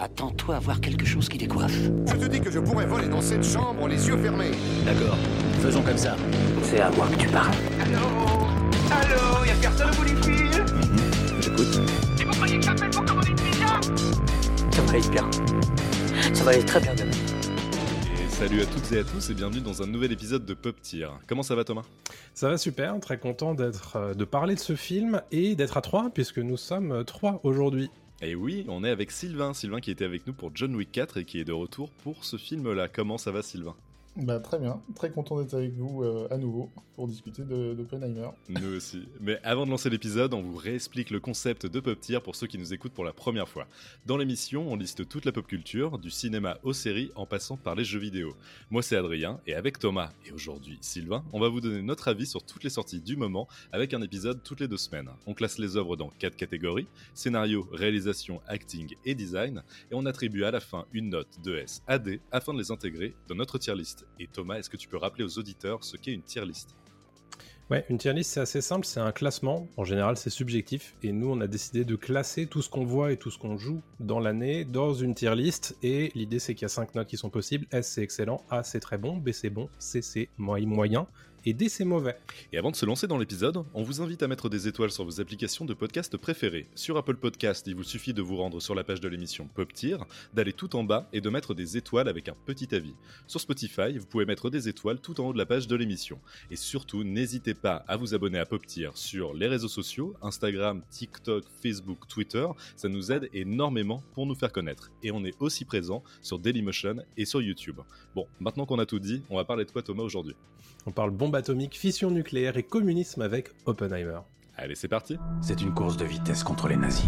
Attends-toi à voir quelque chose qui décoiffe. Je te dis que je pourrais voler dans cette chambre les yeux fermés. D'accord, faisons comme ça. C'est à moi que tu parles. Allô, y'a personne au bout du fil? J'écoute. Et vous croyez que j'appelle pour commander une pizza? Ça va aller bien. Ça va aller très bien demain. Et salut à toutes et à tous et bienvenue dans un nouvel épisode de Pop Tier. Comment ça va Thomas ? Ça va super, très content de parler de ce film et d'être à 3 puisque nous sommes 3 aujourd'hui. Et oui, on est avec Sylvain qui était avec nous pour John Wick 4 et qui est de retour pour ce film-là. Comment ça va Sylvain ? Très bien, très content d'être avec vous à nouveau pour discuter d'Oppenheimer. Nous aussi. Mais avant de lancer l'épisode, on vous réexplique le concept de Pop Tier pour ceux qui nous écoutent pour la première fois. Dans l'émission, on liste toute la pop culture, du cinéma aux séries en passant par les jeux vidéo. Moi c'est Adrien et avec Thomas et aujourd'hui Sylvain, on va vous donner notre avis sur toutes les sorties du moment avec un épisode toutes les 2 semaines. On classe les œuvres dans 4 catégories, scénario, réalisation, acting et design, et on attribue à la fin une note de S à D afin de les intégrer dans notre tier list. Et Thomas, est-ce que tu peux rappeler aux auditeurs ce qu'est une tier list ? Ouais, une tier list c'est assez simple, c'est un classement, en général c'est subjectif, et nous on a décidé de classer tout ce qu'on voit et tout ce qu'on joue dans l'année dans une tier list, et l'idée c'est qu'il y a 5 notes qui sont possibles, S c'est excellent, A c'est très bon, B c'est bon, C c'est moyen, et D c'est mauvais. Et avant de se lancer dans l'épisode, on vous invite à mettre des étoiles sur vos applications de podcast préférées. Sur Apple Podcast, il vous suffit de vous rendre sur la page de l'émission Pop Tier, d'aller tout en bas et de mettre des étoiles avec un petit avis. Sur Spotify, vous pouvez mettre des étoiles tout en haut de la page de l'émission. Et surtout, n'hésitez pas à vous abonner à Pop Tier sur les réseaux sociaux, Instagram, TikTok, Facebook, Twitter, ça nous aide énormément pour nous faire connaître. Et on est aussi présent sur Dailymotion et sur YouTube. Bon, maintenant qu'on a tout dit, on va parler de quoi Thomas aujourd'hui ? On parle bombe atomique, fission nucléaire et communisme avec Oppenheimer. Allez, c'est parti. C'est une course de vitesse contre les nazis.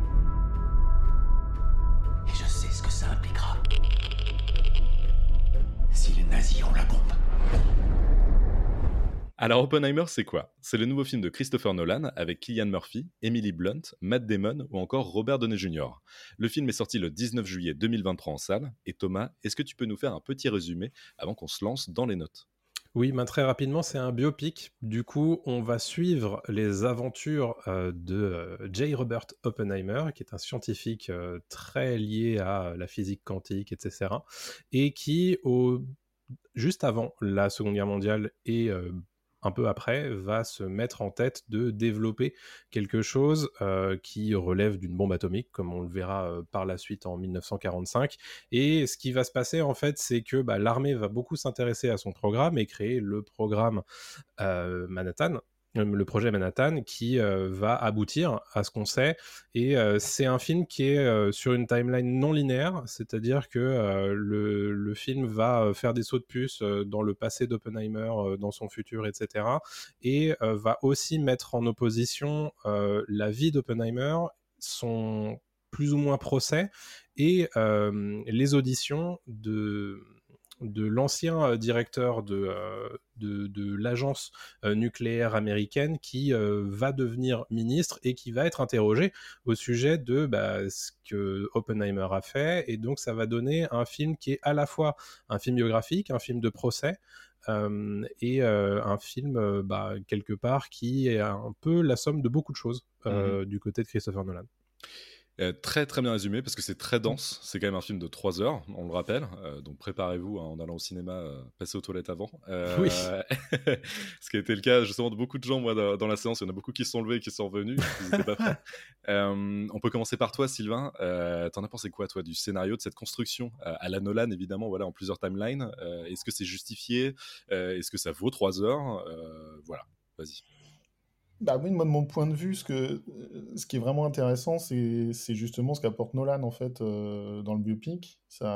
Et je sais ce que ça impliquera. Si les nazis ont la bombe. Alors Oppenheimer, c'est quoi ? C'est le nouveau film de Christopher Nolan avec Cillian Murphy, Emily Blunt, Matt Damon ou encore Robert Downey Jr. Le film est sorti le 19 juillet 2023 en salle. Et Thomas, est-ce que tu peux nous faire un petit résumé avant qu'on se lance dans les notes ? Oui, très rapidement, c'est un biopic. Du coup, on va suivre les aventures de J. Robert Oppenheimer, qui est un scientifique très lié à la physique quantique, etc. Et qui, juste avant la Seconde Guerre mondiale et un peu après, va se mettre en tête de développer quelque chose qui relève d'une bombe atomique, comme on le verra par la suite en 1945. Et ce qui va se passer, en fait, c'est que l'armée va beaucoup s'intéresser à son programme et créer le programme Manhattan, le projet Manhattan, qui va aboutir à ce qu'on sait. Et c'est un film qui est sur une timeline non linéaire, c'est-à-dire que le film va faire des sauts de puce dans le passé d'Oppenheimer, dans son futur, etc. Et va aussi mettre en opposition la vie d'Oppenheimer, son plus ou moins procès, et les auditions de l'ancien directeur de l'agence nucléaire américaine qui va devenir ministre et qui va être interrogé au sujet de ce que Oppenheimer a fait. Et donc ça va donner un film qui est à la fois un film biographique, un film de procès, et un film quelque part qui est un peu la somme de beaucoup de choses du côté de Christopher Nolan. Très très bien résumé parce que c'est très dense, c'est quand même un film de 3 heures, on le rappelle, donc préparez-vous en allant au cinéma, passez aux toilettes avant. Oui. Ce qui a été le cas justement de beaucoup de gens, moi dans la séance, il y en a beaucoup qui se sont levés et qui sont revenus, ils n'étaient pas prêts. On peut commencer par toi Sylvain, t'en as pensé quoi toi du scénario, de cette construction à la Nolan évidemment, voilà, en plusieurs timelines, est-ce que c'est justifié, est-ce que ça vaut 3 heures, voilà, vas-y. Oui, moi de mon point de vue, ce qui est vraiment intéressant, c'est justement ce qu'apporte Nolan en fait dans le biopic.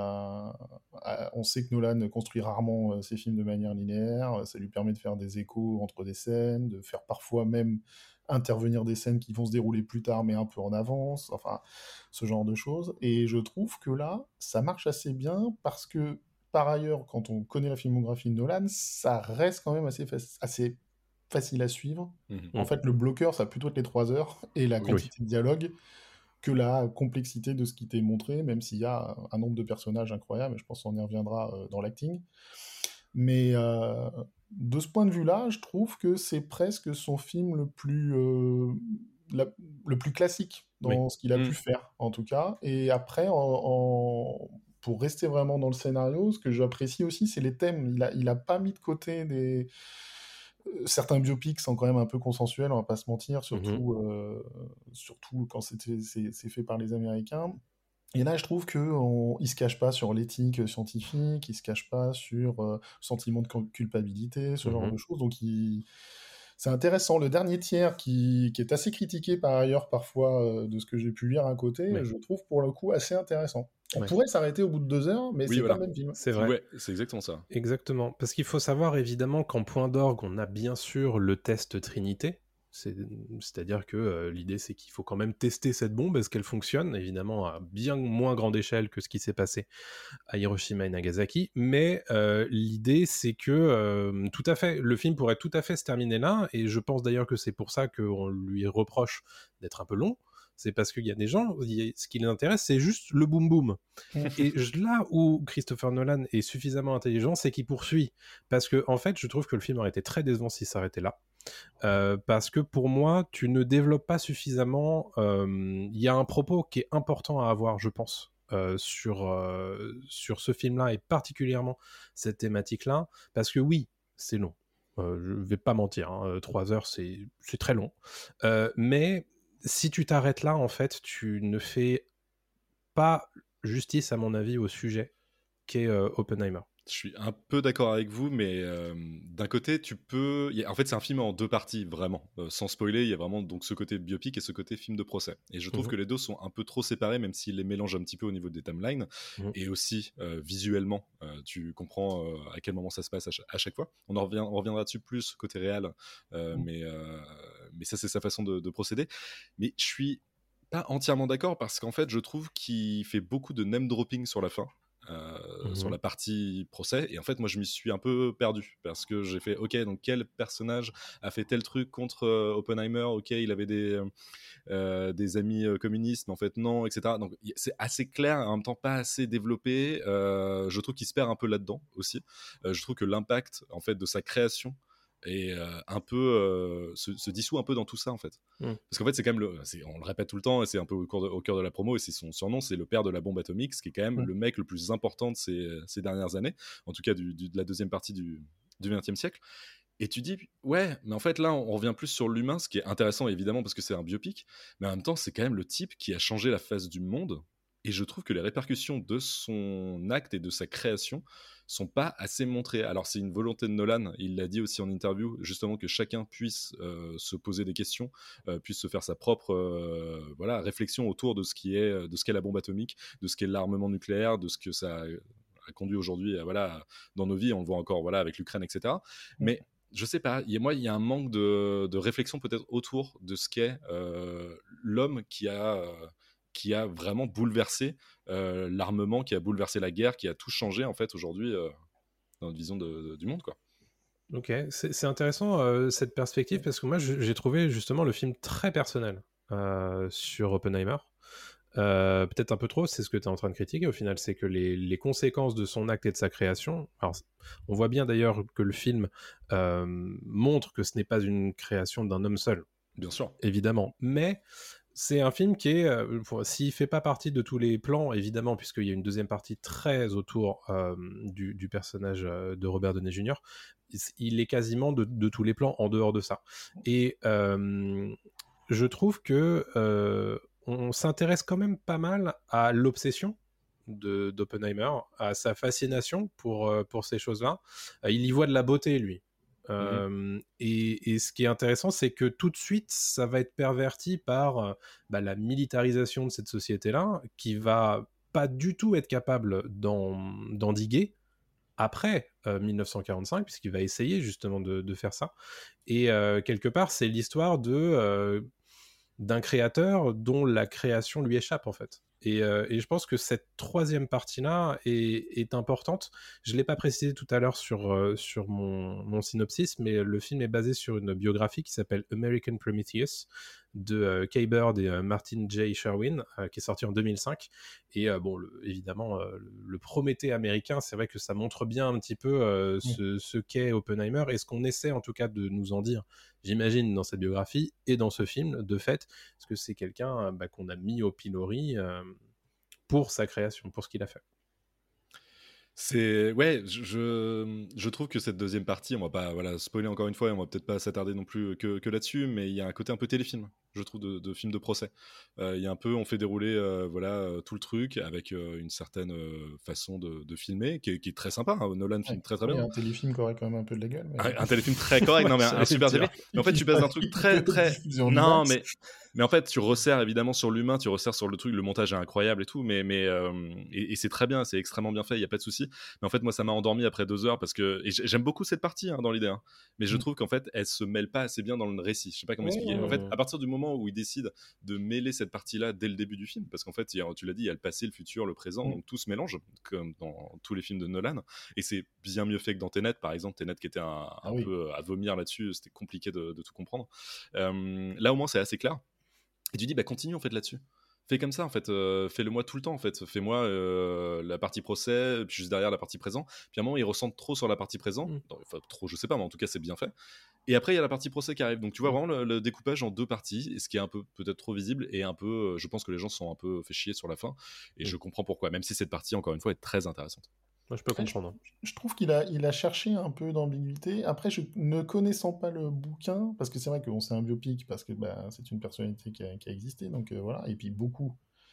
On sait que Nolan construit rarement ses films de manière linéaire, ça lui permet de faire des échos entre des scènes, de faire parfois même intervenir des scènes qui vont se dérouler plus tard mais un peu en avance, enfin ce genre de choses. Et je trouve que là, ça marche assez bien parce que par ailleurs, quand on connaît la filmographie de Nolan, ça reste quand même assez facile à suivre. En fait, le bloqueur, ça va plutôt être les 3 heures et la quantité de dialogue que la complexité de ce qui t'est montré, même s'il y a un nombre de personnages incroyables, et je pense qu'on y reviendra dans l'acting. Mais de ce point de vue-là, je trouve que c'est presque son film le plus le plus classique dans ce qu'il a pu faire, en tout cas. Et après, pour rester vraiment dans le scénario, ce que j'apprécie aussi, c'est les thèmes. Il a pas mis de côté certains biopics sont quand même un peu consensuels, on va pas se mentir, surtout quand c'est fait par les Américains. Et là, je trouve qu'il se cache pas sur l'éthique scientifique, il se cache pas sur sentiment de culpabilité, ce genre de choses. Donc, c'est intéressant. Le dernier tiers, qui est assez critiqué par ailleurs parfois de ce que j'ai pu lire à côté, je trouve pour le coup assez intéressant. On pourrait s'arrêter au bout de 2 heures, mais c'est pas le même film. C'est vrai. Ouais, c'est exactement ça. Exactement. Parce qu'il faut savoir évidemment qu'en point d'orgue, on a bien sûr le test Trinité. C'est-à-dire que l'idée, c'est qu'il faut quand même tester cette bombe. Est-ce qu'elle fonctionne ? Évidemment, à bien moins grande échelle que ce qui s'est passé à Hiroshima et Nagasaki. Mais l'idée, c'est que, tout à fait, le film pourrait tout à fait se terminer là. Et je pense d'ailleurs que c'est pour ça qu'on lui reproche d'être un peu long. C'est parce qu'il y a des gens, ce qui les intéresse, c'est juste le boom-boom. Et là où Christopher Nolan est suffisamment intelligent, c'est qu'il poursuit. Parce que, en fait, je trouve que le film aurait été très décevant s'il s'arrêtait là. Parce que pour moi, tu ne développes pas suffisamment. Il y a un propos qui est important à avoir, je pense, sur ce film-là, et particulièrement cette thématique-là. Parce que oui, c'est long. Je vais pas mentir, 3 heures, c'est très long. Mais si tu t'arrêtes là, en fait, tu ne fais pas justice, à mon avis, au sujet qu'est Oppenheimer. Je suis un peu d'accord avec vous, mais d'un côté, tu peux... En fait, c'est un film en 2 parties, vraiment. Sans spoiler, il y a vraiment donc ce côté biopic et ce côté film de procès. Et je trouve que les deux sont un peu trop séparés, même s'ils les mélangent un petit peu au niveau des timelines. Et aussi, visuellement, tu comprends à quel moment ça se passe à chaque fois. On reviendra dessus plus côté réel, mais ça, c'est sa façon de procéder. Mais je suis pas entièrement d'accord, parce qu'en fait, je trouve qu'il fait beaucoup de name-dropping sur la fin. Sur la partie procès, et en fait moi je m'y suis un peu perdu, parce que j'ai fait ok, donc quel personnage a fait tel truc contre Oppenheimer, ok, il avait des amis communistes, mais en fait non, etc. Donc c'est assez clair, en même temps pas assez développé. Je trouve qu'il se perd un peu là-dedans aussi. Je trouve que l'impact en fait de sa création et un peu se dissout un peu dans tout ça, en fait. Parce qu'en fait, c'est quand même on le répète tout le temps, et c'est un peu au cœur de la promo, et c'est son surnom, c'est le père de la bombe atomique, ce qui est quand même le mec le plus important de ces dernières années, en tout cas de la deuxième partie du XXe siècle. Et tu dis, ouais, mais en fait là on revient plus sur l'humain, ce qui est intéressant évidemment parce que c'est un biopic, mais en même temps c'est quand même le type qui a changé la face du monde. Et je trouve que les répercussions de son acte et de sa création sont pas assez montrées. Alors c'est une volonté de Nolan, il l'a dit aussi en interview, justement, que chacun puisse se poser des questions, puisse se faire sa propre réflexion autour de ce qu'est la bombe atomique, de ce qu'est l'armement nucléaire, de ce que ça a conduit aujourd'hui dans nos vies, on le voit encore avec l'Ukraine, etc. Mais je sais pas, il y a un manque de réflexion peut-être autour de ce qu'est l'homme qui a vraiment bouleversé l'armement, qui a bouleversé la guerre, qui a tout changé en fait aujourd'hui dans notre vision du monde, quoi. Ok, c'est intéressant cette perspective, parce que moi j'ai trouvé justement le film très personnel sur Oppenheimer. Peut-être un peu trop, c'est ce que tu es en train de critiquer au final, c'est que les conséquences de son acte et de sa création, alors on voit bien d'ailleurs que le film montre que ce n'est pas une création d'un homme seul, bien sûr, évidemment, mais c'est un film qui est, s'il fait pas partie de tous les plans, évidemment, puisqu'il y a une deuxième partie très autour du personnage de Robert Downey Jr., il est quasiment de tous les plans en dehors de ça. Et je trouve que on s'intéresse quand même pas mal à l'obsession d'Oppenheimer, à sa fascination pour ces choses-là. Il y voit de la beauté, lui. Et ce qui est intéressant, c'est que tout de suite, ça va être perverti par la militarisation de cette société-là, qui va pas du tout être capable d'endiguer après 1945, puisqu'il va essayer justement de faire ça. Et quelque part, c'est l'histoire d'un créateur dont la création lui échappe, en fait. Et je pense que cette troisième partie-là est importante. Je ne l'ai pas précisé tout à l'heure sur mon synopsis, mais le film est basé sur une biographie qui s'appelle American Prometheus de Kay Bird et Martin J. Sherwin, qui est sorti en 2005. Et évidemment, le Prométhée américain, c'est vrai que ça montre bien un petit peu ce qu'est Oppenheimer et ce qu'on essaie en tout cas de nous en dire, j'imagine, dans cette biographie et dans ce film, de fait, parce que c'est quelqu'un qu'on a mis au pilori pour sa création, pour ce qu'il a fait. Ouais, je trouve que cette deuxième partie, on va pas spoiler encore une fois, et on va peut-être pas s'attarder non plus que là-dessus, mais il y a un côté un peu téléfilm, je trouve, de film de procès. Il y a un peu, on fait dérouler tout le truc avec une certaine façon de filmer qui est très sympa. Hein. Nolan filme très très bien. Un téléfilm qui aurait quand même un peu de la gueule. Mais... Un téléfilm très correct, non mais un super télé. Mais en fait, tu passes d'un truc très non mais en fait, tu resserres évidemment sur l'humain, tu resserres sur le truc, le montage est incroyable et tout, et c'est très bien, c'est extrêmement bien fait, il y a pas de souci. Mais en fait, moi, ça m'a endormi après 2 heures parce que j'aime beaucoup cette partie dans l'idée, hein, mais je trouve qu'en fait, elle se mêle pas assez bien dans le récit. Je sais pas comment expliquer. En fait, à partir du moment où il décide de mêler cette partie-là dès le début du film, parce qu'en fait, tu l'as dit, il y a le passé, le futur, le présent, donc tout se mélange comme dans tous les films de Nolan, et c'est bien mieux fait que dans Tenet, par exemple. Tenet qui était un peu à vomir là-dessus, c'était compliqué de tout comprendre. Là, au moins, c'est assez clair. Et tu dis, continue en fait là-dessus. Fais comme ça en fait, fais-le moi tout le temps en fait. Fais-moi la partie procès, puis juste derrière la partie présent. Puis à un moment, ils ressentent trop sur la partie présent. Enfin, trop, je sais pas, mais en tout cas, c'est bien fait. Et après, il y a la partie procès qui arrive. Donc tu vois vraiment le découpage en 2 parties, ce qui est un peu peut-être trop visible et un peu. Je pense que les gens se sont un peu fait chier sur la fin. Et je comprends pourquoi, même si cette partie, encore une fois, est très intéressante. Moi, je peux comprendre. Je trouve qu'il a cherché un peu d'ambiguïté. Après, ne connaissant pas le bouquin, parce que c'est vrai que c'est un biopic, parce que c'est une personnalité qui a existé, donc voilà. Et puis beaucoup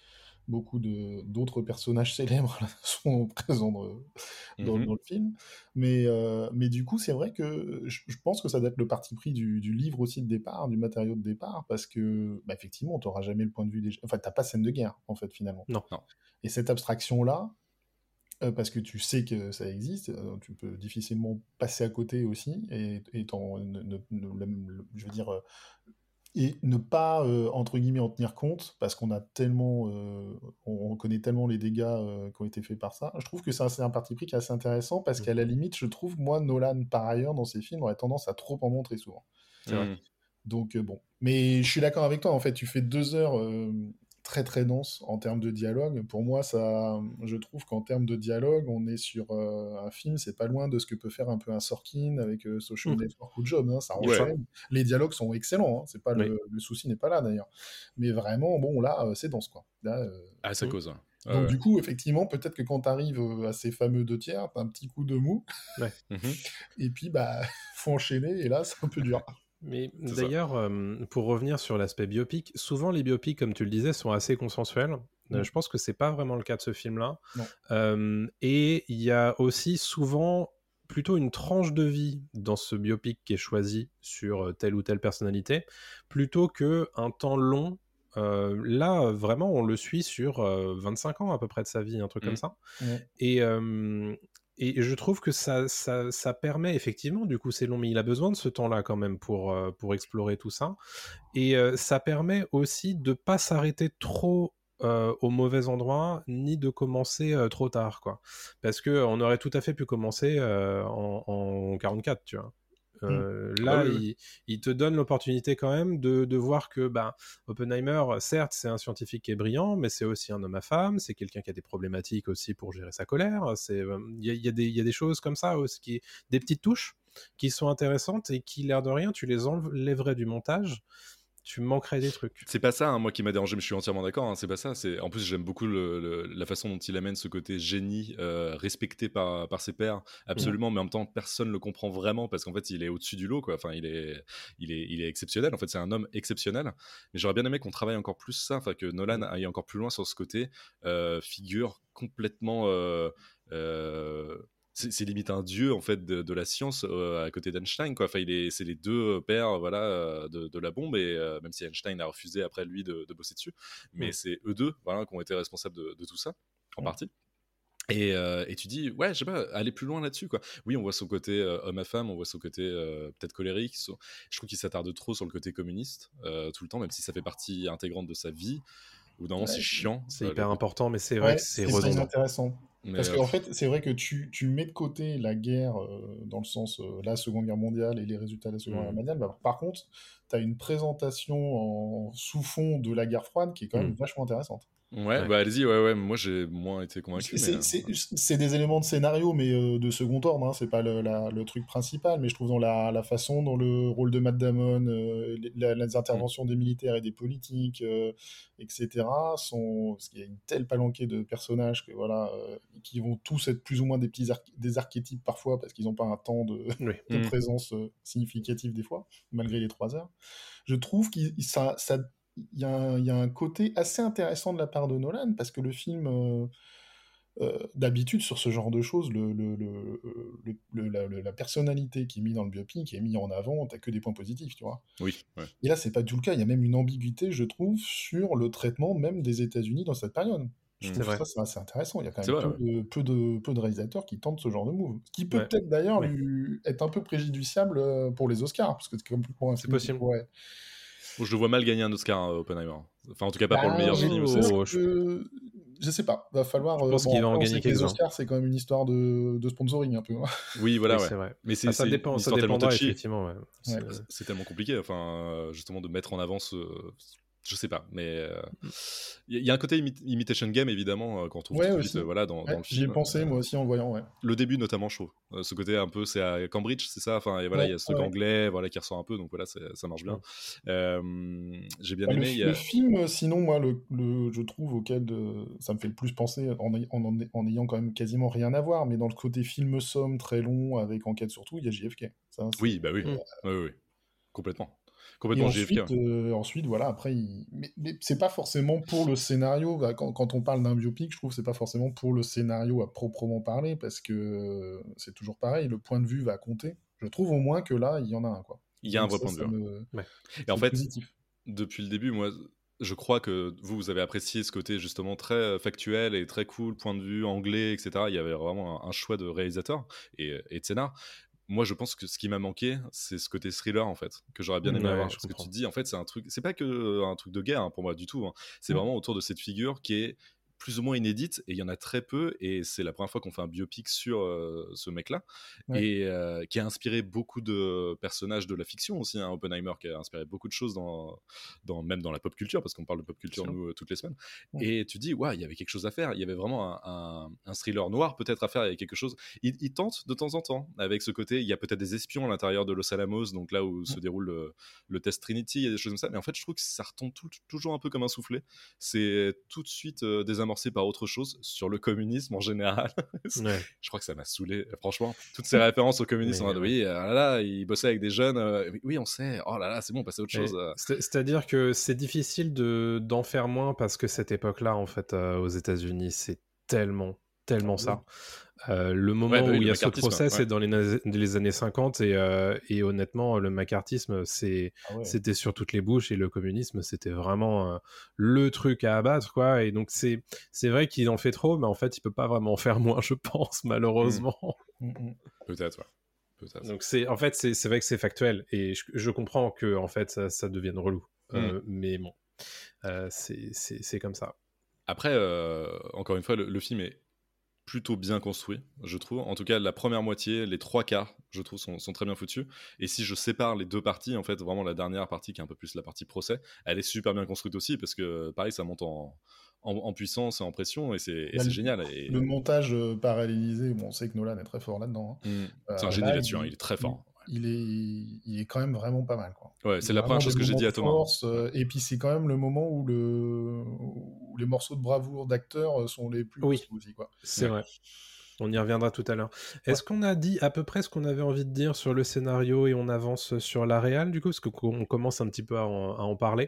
d'autres personnages célèbres sont présents dans le film. Mais du coup, c'est vrai que je pense que ça doit être le parti pris du livre aussi de départ, du matériau de départ, parce que effectivement, tu n'auras jamais le point de vue des... Enfin, tu n'as pas scène de guerre, en fait, finalement. Non. Et cette abstraction-là, parce que tu sais que ça existe, tu peux difficilement passer à côté aussi, et je veux dire, et ne pas, entre guillemets, en tenir compte, parce qu'on a tellement, on connaît tellement les dégâts qui ont été faits par ça. Je trouve que c'est un parti pris qui est assez intéressant, parce qu'à la limite, je trouve, moi, Nolan, par ailleurs, dans ses films, aurait tendance à trop en montrer souvent. C'est vrai. Donc, bon. Mais je suis d'accord avec toi, en fait, tu fais 2 heures... très très dense en termes de dialogue. Pour moi, je trouve qu'en termes de dialogue, on est sur un film, c'est pas loin de ce que peut faire un peu un Sorkin avec Social Network ou Job. Hein, ça enchaîne. Les dialogues sont excellents. Hein, c'est pas le souci n'est pas là d'ailleurs. Mais vraiment, bon, là, c'est dense quoi. Là, ça cause. Donc du coup, effectivement, peut-être que quand tu arrives à ces fameux 2 tiers, t'as un petit coup de mou. Et puis, faut enchaîner. Et là, c'est un peu dur. Mais d'ailleurs, pour revenir sur l'aspect biopic, souvent les biopics, comme tu le disais, sont assez consensuels. Je pense que c'est pas vraiment le cas de ce film-là. Et il y a aussi souvent plutôt une tranche de vie dans ce biopic qui est choisi sur telle ou telle personnalité, plutôt qu'un temps long. Là, vraiment, on le suit sur 25 ans à peu près de sa vie, un truc comme ça. Et je trouve que ça permet effectivement, du coup c'est long, mais il a besoin de ce temps-là quand même pour explorer tout ça. Et ça permet aussi de pas s'arrêter trop au mauvais endroit, ni de commencer trop tard, quoi. Parce qu'on aurait tout à fait pu commencer en 44, tu vois. Là, il te donne l'opportunité quand même de voir que Oppenheimer, certes, c'est un scientifique qui est brillant, mais c'est aussi un homme à femme, c'est quelqu'un qui a des problématiques aussi pour gérer sa colère. Il y a des choses comme ça aussi, des petites touches qui sont intéressantes et qui, l'air de rien, tu les enlèverais du montage, tu manquerais des trucs. C'est pas ça, hein, moi qui m'a dérangé, mais je suis entièrement d'accord, hein, c'est pas ça. En plus, j'aime beaucoup la façon dont il amène ce côté génie respecté par ses pairs, absolument, mais en même temps, personne le comprend vraiment parce qu'en fait, il est au-dessus du lot, quoi. Enfin, il est exceptionnel, en fait, c'est un homme exceptionnel. Mais j'aurais bien aimé qu'on travaille encore plus ça, enfin, que Nolan aille encore plus loin sur ce côté figure complètement... c'est limite un dieu en fait de la science à côté d'Einstein, quoi. Enfin, c'est les 2 pères de la bombe, et même si Einstein a refusé après lui de bosser dessus, mais c'est eux 2 qui ont été responsables de tout ça en partie. Et tu dis je sais pas, aller plus loin là-dessus, quoi. Oui, on voit son côté homme à femme, on voit son côté peut-être colérique. Je trouve qu'il s'attarde trop sur le côté communiste tout le temps, même si ça fait partie intégrante de sa vie. Ou d'un moment, c'est chiant. C'est hyper important, mais c'est vrai que c'est redondant. Intéressant. Mais, Parce qu'en fait, c'est vrai que tu mets de côté la guerre dans le sens la Seconde Guerre mondiale et les résultats de la Seconde Guerre mondiale. Bah, par contre, tu as une présentation en sous-fond de la guerre froide qui est quand même vachement intéressante. Ouais, bah allez-y, ouais, moi j'ai moins été convaincu. C'est des éléments de scénario, mais de second ordre, hein, c'est pas le truc principal, mais je trouve dans la façon dont le rôle de Matt Damon, les interventions des militaires et des politiques, etc., parce qu'il y a une telle palanquée de personnages que, voilà, qui vont tous être plus ou moins des archétypes parfois, parce qu'ils n'ont pas un temps de présence significatif des fois, malgré les 3 heures. Je trouve qu'il y a un côté assez intéressant de la part de Nolan, parce que le film, d'habitude, sur ce genre de choses, la personnalité qui est mise dans le biopic est mise en avant, t'as que des points positifs, tu vois. Oui, ouais. Et là, c'est pas du tout le cas. Il y a même une ambiguïté, je trouve, sur le traitement même des États-Unis dans cette période. Je trouve ça, c'est assez intéressant. Il y a quand même peu de réalisateurs qui tentent ce genre de move. Ce qui peut peut-être d'ailleurs être un peu préjudiciable pour les Oscars, parce que c'est comme pour un film. C'est possible. Ouais. Je le vois mal gagner un Oscar, Oppenheimer. Enfin, en tout cas, pas pour le meilleur film. Je sais pas, va falloir. Je pense qu'il va en gagner quelques-uns. Les Oscars, c'est quand même une histoire de sponsoring un peu. Oui, voilà, c'est vrai. Mais ça dépendra effectivement. Ouais. C'est tellement compliqué, enfin, justement, de mettre en avant ce. Je sais pas, mais il y a un côté imitation game, évidemment, qu'on trouve tout de suite dans le film. J'y ai pensé, moi aussi, en le voyant, Le début, notamment, je trouve. Ce côté un peu, c'est à Cambridge, c'est ça, enfin, et voilà, il y a ce anglais qui ressort un peu, donc voilà, ça marche bien. J'ai bien aimé. Le film, sinon, moi, je trouve auquel ça me fait le plus penser, en ayant quand même quasiment rien à voir, mais dans le côté film somme, très long, avec enquête surtout, il y a JFK. Oui, bah oui, oui, complètement. Et ensuite, voilà, après, mais c'est pas forcément pour le scénario. Quand on parle d'un biopic, je trouve que c'est pas forcément pour le scénario à proprement parler, parce que c'est toujours pareil, le point de vue va compter. Je trouve au moins que là, il y en a un, quoi. Il y a un vrai point de vue. Et en fait, positif. Depuis le début, moi, je crois que vous avez apprécié ce côté justement très factuel et très cool, point de vue anglais, etc. Il y avait vraiment un choix de réalisateur et de scénar. Moi, je pense que ce qui m'a manqué, c'est ce côté thriller, en fait, que j'aurais bien aimé avoir. Parce que tu te dis, en fait, c'est un truc, c'est pas que un truc de guerre, pour moi, du tout. C'est vraiment autour de cette figure qui est plus ou moins inédite, et il y en a très peu, et c'est la première fois qu'on fait un biopic sur ce mec-là, et qui a inspiré beaucoup de personnages de la fiction aussi, Oppenheimer, qui a inspiré beaucoup de choses même dans la pop culture, parce qu'on parle de pop culture, nous, toutes les semaines, et tu dis, il y avait quelque chose à faire, il y avait vraiment un thriller noir peut-être à faire, il y avait quelque chose, il tente de temps en temps, avec ce côté, il y a peut-être des espions à l'intérieur de Los Alamos, donc là où se déroule le test Trinity, il y a des choses comme ça, mais en fait, je trouve que ça retombe toujours un peu comme un soufflet, c'est tout de suite désamorcé par autre chose sur le communisme en général. Je crois que ça m'a saoulé, franchement, toutes ces références au communisme, il bossait avec des jeunes, oui on sait, oh là là c'est bon, on passe à autre chose. C'est-à-dire que c'est difficile d'en faire moins, parce que cette époque-là, en fait, aux États-Unis, c'est tellement ça. Le moment où il y a ce procès, c'est dans les années 50, et honnêtement, le macartisme, c'était sur toutes les bouches, et le communisme, c'était vraiment le truc à abattre, quoi. Et donc, c'est vrai qu'il en fait trop, mais en fait, il peut pas vraiment en faire moins, je pense, malheureusement. Peut-être. Donc, c'est vrai que c'est factuel, et je comprends que, en fait, ça devienne relou. Mais bon, c'est comme ça. Après, encore une fois, le film est plutôt bien construit, je trouve. En tout cas, la première moitié, les 3/4, je trouve, sont très bien foutus. Et si je sépare les deux parties, en fait, vraiment la dernière partie, qui est un peu plus la partie procès, elle est super bien construite aussi, parce que, pareil, ça monte en puissance et en pression, et c'est génial. Et... Le montage parallélisé, on sait que Nolan est très fort là-dedans. C'est un génie là-dessus, il est très fort. Il est quand même vraiment pas mal, quoi. Ouais, c'est la première chose que j'ai dit à Thomas. Et puis c'est quand même le moment où les morceaux de bravoure d'acteurs sont les plus aussi, quoi. C'est vrai. On y reviendra tout à l'heure. Est-ce qu'on a dit à peu près ce qu'on avait envie de dire sur le scénario, et on avance sur la réal, du coup, parce qu'on commence un petit peu à en parler.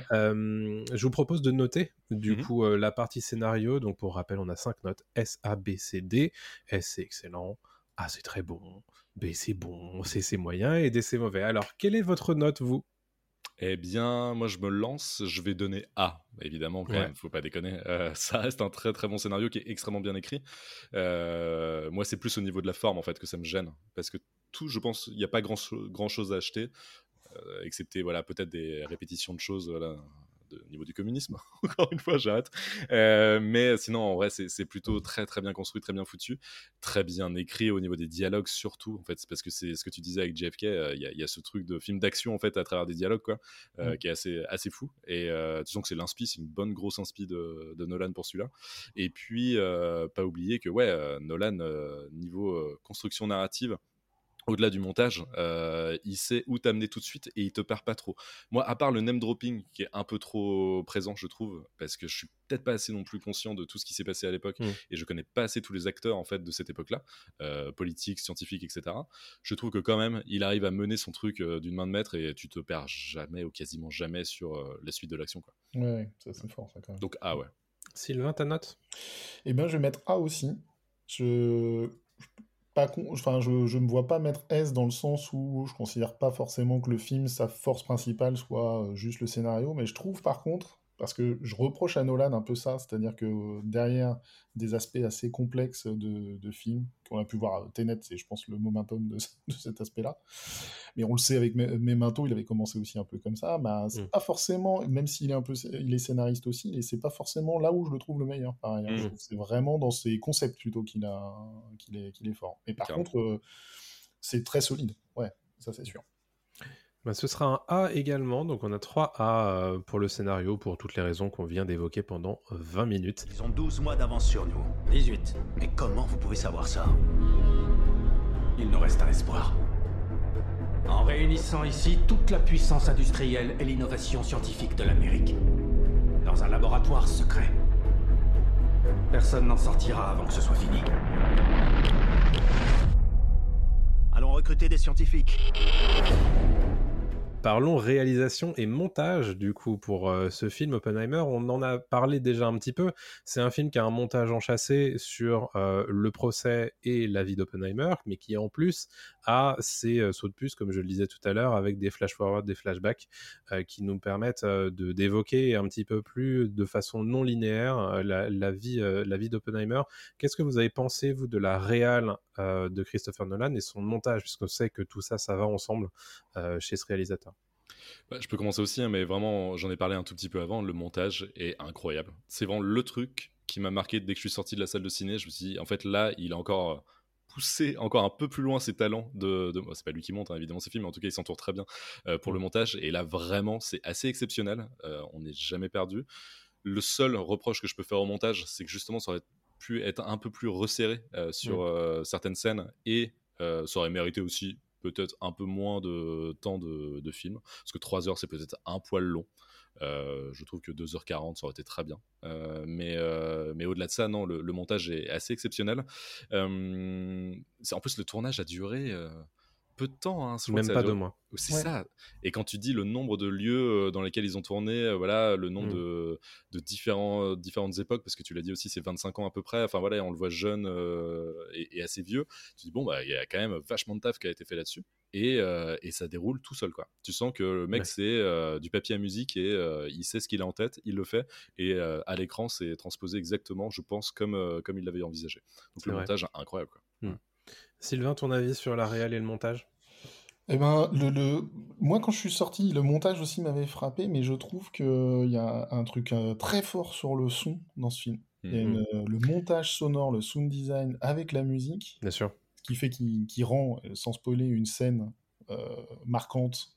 Je vous propose de noter, du coup, la partie scénario. Donc, pour rappel, on a 5 notes. S, A, B, C, D. S, c'est excellent. A, c'est très bon. B, c'est bon. C, c'est moyen. Et D, c'est mauvais. Alors, quelle est votre note, vous ? Eh bien, moi, je me lance, je vais donner A. Évidemment, quand même, faut pas déconner. Ça reste un très, très bon scénario qui est extrêmement bien écrit. Moi, c'est plus au niveau de la forme, en fait, que ça me gêne. Parce que je pense, il n'y a pas grand chose à acheter, excepté, peut-être des répétitions de choses, au niveau du communisme. Encore une fois, j'arrête. Mais sinon, en vrai, c'est plutôt très très bien construit, très bien foutu, très bien écrit au niveau des dialogues surtout. En fait, c'est parce que c'est ce que tu disais avec JFK. Il y a ce truc de film d'action en fait à travers des dialogues quoi, qui est assez fou. Et tu sens que c'est l'inspi, c'est une bonne grosse inspi de Nolan pour celui-là. Et puis pas oublier que Nolan niveau construction narrative, au-delà du montage, il sait où t'amener tout de suite et il te perd pas trop. Moi, à part le name dropping qui est un peu trop présent, je trouve, parce que je suis peut-être pas assez non plus conscient de tout ce qui s'est passé à l'époque et je connais pas assez tous les acteurs en fait de cette époque-là, politiques, scientifiques, etc. Je trouve que quand même, il arrive à mener son truc d'une main de maître et tu te perds jamais ou quasiment jamais sur la suite de l'action, quoi. Ouais, ça c'est fort, ça quand même. Donc ouais. Sylvain, ta note? Eh ben, je vais mettre A aussi. Je me vois pas mettre S dans le sens où je considère pas forcément que le film, sa force principale soit juste le scénario, mais je trouve par contre, parce que je reproche à Nolan un peu ça, c'est-à-dire que derrière des aspects assez complexes de films, qu'on a pu voir Tenet, c'est je pense le momentum de cet aspect-là, mais on le sait avec Memento, il avait commencé aussi un peu comme ça, bah, c'est pas forcément, même s'il est il est scénariste aussi, et c'est pas forcément là où je le trouve le meilleur, pareil, hein. Je trouve que c'est vraiment dans ses concepts plutôt qu'il est fort. Et par contre, c'est très solide, ouais, ça c'est sûr. Bah, ce sera un A également, donc on a 3 A pour le scénario, pour toutes les raisons qu'on vient d'évoquer pendant 20 minutes. Ils ont 12 mois d'avance sur nous. 18. Mais comment vous pouvez savoir ça? Il nous reste un espoir. En réunissant ici toute la puissance industrielle et l'innovation scientifique de l'Amérique. Dans un laboratoire secret. Personne n'en sortira avant que ce soit fini. Allons recruter des scientifiques. Parlons réalisation et montage du coup pour ce film Oppenheimer. On en a parlé déjà un petit peu. C'est un film qui a un montage enchâssé sur le procès et la vie d'Oppenheimer, mais qui en plus a ses sauts de puce, comme je le disais tout à l'heure, avec des flash-forward, des flashbacks qui nous permettent d'évoquer un petit peu plus de façon non linéaire la vie d'Oppenheimer. Qu'est-ce que vous avez pensé, vous, de la réal de Christopher Nolan et son montage, puisqu'on sait que tout ça, ça va ensemble chez ce réalisateur? Je peux commencer aussi, hein, mais vraiment, j'en ai parlé un tout petit peu avant, le montage est incroyable. C'est vraiment le truc qui m'a marqué dès que je suis sorti de la salle de ciné. Je me suis dit, en fait, là, il a encore poussé encore un peu plus loin ses talents bon, c'est pas lui qui monte, hein, évidemment, ses films, mais en tout cas, il s'entoure très bien pour le montage. Et là, vraiment, c'est assez exceptionnel. On n'est jamais perdu. Le seul reproche que je peux faire au montage, c'est que justement, ça aurait pu être un peu plus resserré sur certaines scènes et ça aurait mérité aussi peut-être un peu moins de temps de film, parce que 3 heures c'est peut-être un poil long. Je trouve que 2h40 ça aurait été très bien, mais au-delà de ça, non, le montage est assez exceptionnel. En plus le tournage a duré peu de temps, hein, même pas 2 mois. C'est ça. Et quand tu dis le nombre de lieux dans lesquels ils ont tourné, voilà, le nombre de différentes époques, parce que tu l'as dit aussi, c'est 25 ans à peu près, enfin voilà, on le voit jeune et assez vieux, tu dis bon, bah il y a quand même vachement de taf qui a été fait là-dessus, et ça déroule tout seul, quoi. Tu sens que le mec, c'est du papier à musique, et il sait ce qu'il a en tête, il le fait, et à l'écran, c'est transposé exactement, je pense, comme il l'avait envisagé. Donc le montage, incroyable, quoi. Sylvain, ton avis sur la réal et le montage? Eh ben, moi, quand je suis sorti, le montage aussi m'avait frappé, mais je trouve qu'il y a un truc très fort sur le son dans ce film. Il y a le montage sonore, le sound design avec la musique, bien sûr, ce qui fait qu'il rend, sans spoiler, une scène marquante.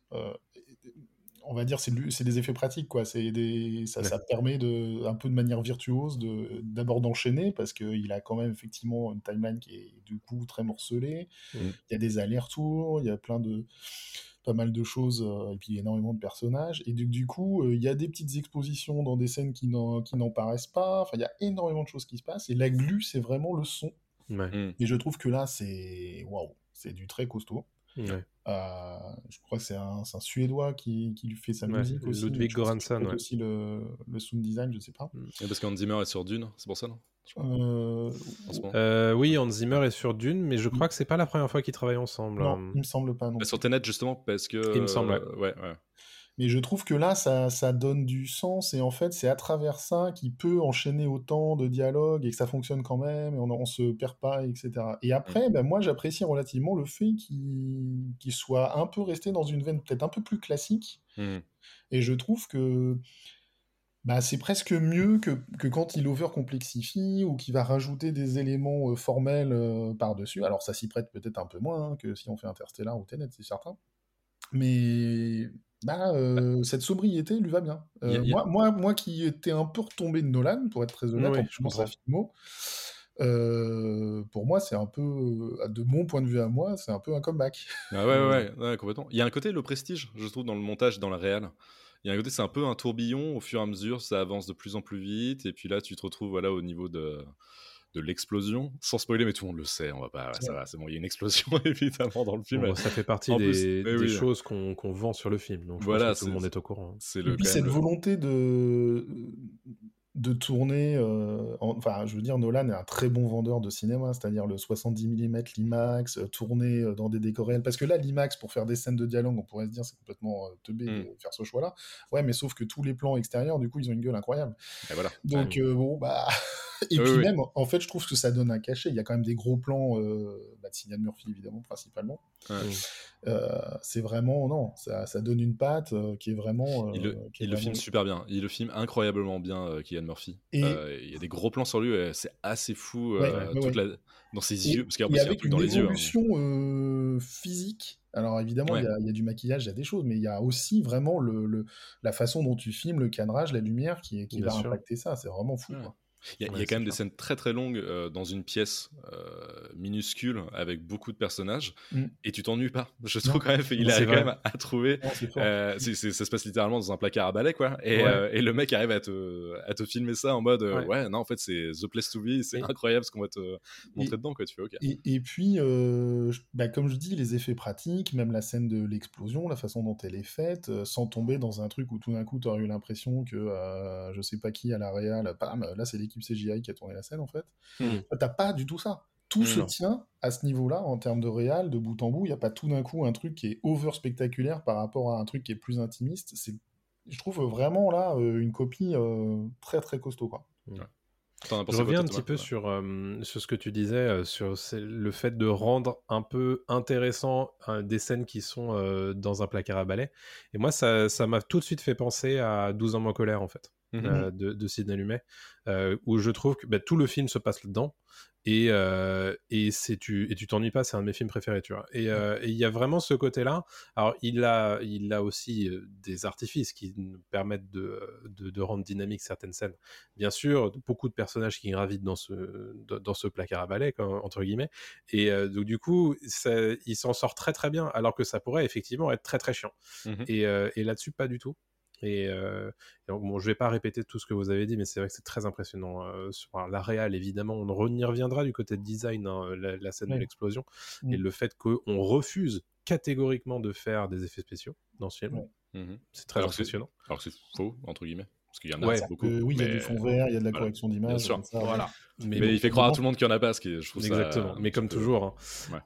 On va dire, c'est des effets pratiques, quoi. Ça permet un peu de manière virtuose d'abord d'enchaîner, parce qu'il a quand même effectivement une timeline qui est du coup très morcelée. Il y a des allers-retours, il y a pas mal de choses, et puis énormément de personnages. Et du coup, il y a des petites expositions dans des scènes qui n'en paraissent pas. Enfin, il y a énormément de choses qui se passent. Et la glu, c'est vraiment le son. Et je trouve que là, c'est du très costaud. Je crois que c'est un Suédois qui lui fait sa musique aussi. Ludwig Göransson, aussi le sound design, je sais pas. Parce qu'Hans Zimmer est sur Dune, c'est pour ça, non? Oui, Hans Zimmer est sur Dune, mais je crois que c'est pas la première fois qu'ils travaillent ensemble. Non, il me semble pas. Non. Sur Tenet, justement, parce que... Il me semble, ouais. Mais je trouve que là, ça donne du sens, et en fait, c'est à travers ça qu'il peut enchaîner autant de dialogues, et que ça fonctionne quand même, et on se perd pas, etc. Et après, moi, j'apprécie relativement le fait qu'il soit un peu resté dans une veine peut-être un peu plus classique, et je trouve que Bah, c'est presque mieux que quand il overcomplexifie ou qu'il va rajouter des éléments formels par-dessus. Alors ça s'y prête peut-être un peu moins hein, que si on fait Interstellar ou Tenet, c'est certain. Mais cette sobriété lui va bien. Moi qui étais un peu retombé de Nolan, pour être très honnête, Oui, en je prenant sa comprends. filmo, pour moi, c'est un peu, de mon point de vue à moi, c'est un peu un comeback. Ah ouais, complètement. Il y a un côté, le prestige, je trouve, dans le montage, dans la réal. Il y a un côté, c'est un peu un tourbillon, au fur et à mesure, ça avance de plus en plus vite, et puis là, tu te retrouves voilà, au niveau de l'explosion, sans spoiler, mais tout le monde le sait, on va pas, ça va, c'est bon, il y a une explosion évidemment dans le film. Bon, ça fait partie En plus, des choses qu'on vend sur le film, donc je voilà, pense que tout le monde est au courant. c'est Et le puis quand même cette volonté de tourner, enfin, je veux dire, Nolan est un très bon vendeur de cinéma, c'est-à-dire le 70 mm, l'IMAX, tourner dans des décors réels. Parce que là, l'IMAX, pour faire des scènes de dialogue, on pourrait se dire c'est complètement teubé de faire ce choix-là. Ouais, mais sauf que tous les plans extérieurs, du coup, ils ont une gueule incroyable. Et voilà. Donc, bon, bah. Et puis même, en fait, je trouve que ça donne un cachet. Il y a quand même des gros plans de Cillian Murphy, évidemment, principalement. C'est vraiment, non, ça donne une patte qui est vraiment... il le filme super bien. Il le filme incroyablement bien, Cillian Murphy. Il y a des gros plans sur lui, c'est assez fou dans ses yeux. Parce qu'en plus, il y a un truc dans les yeux. Avec une évolution physique. Alors évidemment, il y a du maquillage, il y a des choses, mais il y a aussi vraiment la façon dont tu filmes, le cadrage, la lumière qui va impacter ça. C'est vraiment fou, quoi. Il y a quand même des scènes très très longues dans une pièce minuscule avec beaucoup de personnages et tu t'ennuies pas. Je trouve quand même il arrive quand même à trouver. Ça se passe littéralement dans un placard à balai quoi. Et le mec arrive à te filmer ça en mode non en fait c'est the place to be, c'est incroyable ce qu'on va te montrer dedans quoi. Tu fais ok. Et puis comme je dis, les effets pratiques, même la scène de l'explosion, la façon dont elle est faite, sans tomber dans un truc où tout d'un coup tu aurais eu l'impression que je sais pas qui à la réal, bam, là c'est l'équipe CGI qui a tourné la scène en fait. T'as pas du tout ça. Tout se tient à ce niveau-là en termes de réal, de bout en bout. Il n'y a pas tout d'un coup un truc qui est over spectaculaire par rapport à un truc qui est plus intimiste. Je trouve vraiment là une copie très très costaud quoi. Je reviens un petit peu sur ce que tu disais, sur le fait de rendre un peu intéressant des scènes qui sont dans un placard à balai. Et moi, ça m'a tout de suite fait penser à 12 ans moins colère, en fait, de Sidney Lumet, où je trouve que tout le film se passe là-dedans. Et tu t'ennuies pas, c'est un de mes films préférés, tu vois. Et il y a vraiment ce côté-là. Alors, il a aussi des artifices qui nous permettent de rendre dynamique certaines scènes. Bien sûr, beaucoup de personnages qui gravitent dans ce placard à balai, entre guillemets. Et donc, du coup, il s'en sort très très bien, alors que ça pourrait effectivement être très très chiant. Et là-dessus, pas du tout. Et donc, bon, je vais pas répéter tout ce que vous avez dit, mais c'est vrai que c'est très impressionnant. Sur la réal, évidemment, on y reviendra du côté de design, la scène de l'explosion, et le fait qu'on refuse catégoriquement de faire des effets spéciaux dans ce film. C'est très impressionnant. Alors que c'est faux, entre guillemets. Parce qu'il y en a beaucoup. Oui, il y a du fond vert, il y a de la correction d'image. Bien sûr. Voilà. Mais il fait croire à tout le monde qu'il n'y en a pas, je trouve exactement. Ça, mais comme toujours.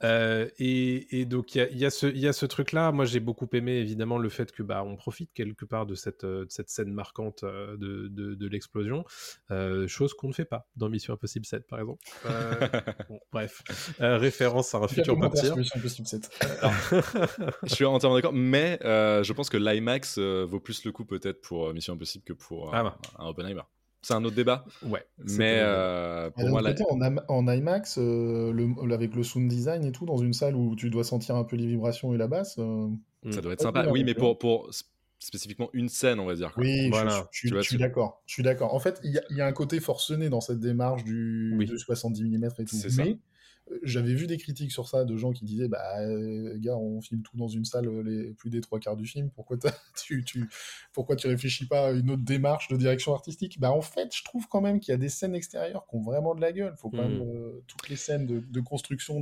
Et donc, il y a ce truc-là. Moi, j'ai beaucoup aimé, évidemment, le fait que on profite quelque part de cette scène marquante de l'explosion. Chose qu'on ne fait pas dans Mission Impossible 7, par exemple. Bon, bref. Référence à un futur Pop-Tier. Mission Impossible 7. Je suis entièrement d'accord, mais je pense que l'IMAX vaut plus le coup peut-être pour Mission Impossible que pour un Oppenheimer. C'est un autre débat. Ouais. Mais pour moi, en IMAX, avec le sound design et tout, dans une salle où tu dois sentir un peu les vibrations et la basse. Ça doit être sympa. Oui, mais pour spécifiquement une scène, on va dire. Quoi. Oui, voilà. Je suis d'accord. Je suis d'accord. En fait, il y a un côté forcené dans cette démarche de 70 mm et tout. C'est ça. J'avais vu des critiques sur ça de gens qui disaient gars, on filme tout dans une salle plus des 3/4 du film, pourquoi tu réfléchis pas à une autre démarche de direction artistique? En fait, je trouve quand même qu'il y a des scènes extérieures qui ont vraiment de la gueule. Faut quand même toutes les scènes de construction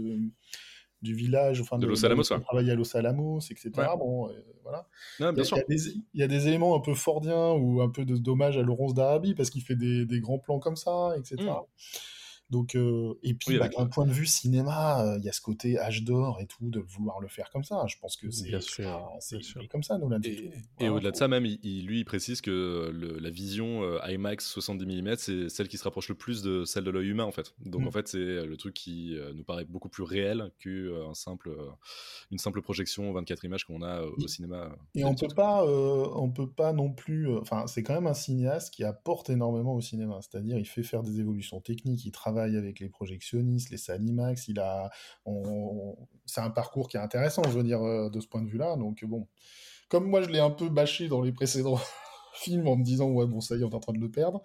du village, enfin de Los Alamos, travailler à Los Alamos, etc. Ouais. Bon, voilà. Non, bien sûr. Il y a des éléments un peu fordiens ou un peu de dommage à Laurence d'Arabie parce qu'il fait des grands plans comme ça, etc. Donc, et puis, d'un point de vue cinéma, il y a ce côté âge d'or et tout, de vouloir le faire comme ça. Je pense que c'est comme ça, Nolan. Et au-delà de ça, même, il précise que la vision IMAX 70 mm, c'est celle qui se rapproche le plus de celle de l'œil humain, en fait. Donc, en fait, c'est le truc qui nous paraît beaucoup plus réel qu'une simple projection 24 images qu'on a au cinéma. Et on peut pas non plus... Enfin, c'est quand même un cinéaste qui apporte énormément au cinéma. C'est-à-dire, il fait faire des évolutions techniques, il travaille avec les projectionnistes, les salles IMAX, c'est un parcours qui est intéressant, je veux dire, de ce point de vue-là. Donc bon, comme moi je l'ai un peu bâché dans les précédents films en me disant ouais bon ça y est on est en train de le perdre.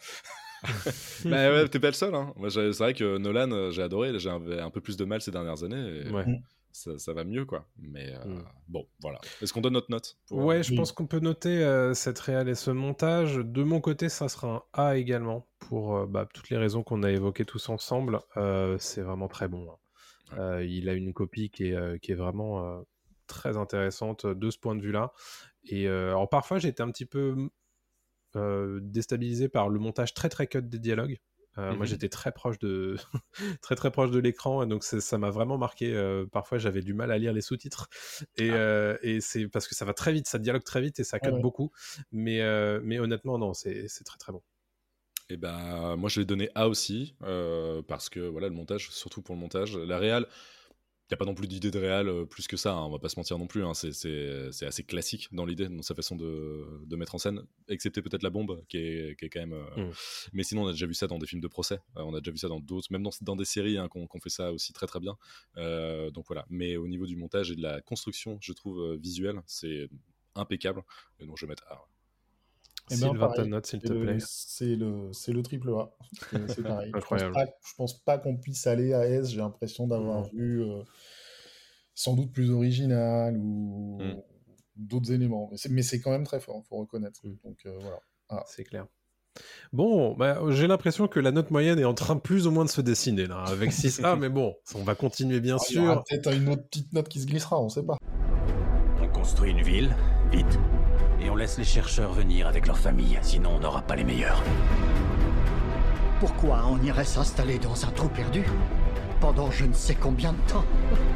Bah ouais, t'es pas le seul, hein. Moi, c'est vrai que Nolan, j'ai adoré, j'avais un peu plus de mal ces dernières années. Et ça va mieux, quoi. Mais bon, voilà. Est-ce qu'on donne notre note Ouais, je pense qu'on peut noter cette réal et ce montage. De mon côté, ça sera un A également, pour toutes les raisons qu'on a évoquées tous ensemble. C'est vraiment très bon. Hein. Il a une copie qui est vraiment très intéressante de ce point de vue-là. Et alors parfois, j'ai été un petit peu déstabilisé par le montage très très cut des dialogues. Moi j'étais très proche de très très proche de l'écran et donc ça m'a vraiment marqué. Parfois j'avais du mal à lire les sous-titres et c'est parce que ça va très vite, ça dialogue très vite et ça cut beaucoup, mais honnêtement non, c'est très très bon. Et ben moi je l'ai donné A aussi parce que voilà, le montage, surtout pour le montage, la réal, il n'y a pas non plus d'idée de réal plus que ça, hein, on va pas se mentir non plus, hein, c'est assez classique dans l'idée, dans sa façon de mettre en scène, excepté peut-être la bombe qui est quand même... Mais sinon on a déjà vu ça dans des films de procès, on a déjà vu ça dans d'autres, même dans des séries hein, qu'on fait ça aussi très très bien. Donc voilà, mais au niveau du montage et de la construction, je trouve visuelle, c'est impeccable, et donc je vais mettre A. Sylvain, ta note s'il te plaît. C'est le triple A. C'est pareil. Incroyable. Je pense pas qu'on puisse aller à S. J'ai l'impression d'avoir vu sans doute plus original ou d'autres éléments. Mais c'est quand même très fort, il faut reconnaître. Donc voilà. Ah. C'est clair. Bon, j'ai l'impression que la note moyenne est en train plus ou moins de se dessiner là, avec 6A, mais bon, on va continuer bien sûr. Il y aura peut-être une autre petite note qui se glissera, on sait pas. On construit une ville, vite. Et on laisse les chercheurs venir avec leurs familles, sinon on n'aura pas les meilleurs. Pourquoi on irait s'installer dans un trou perdu pendant je ne sais combien de temps?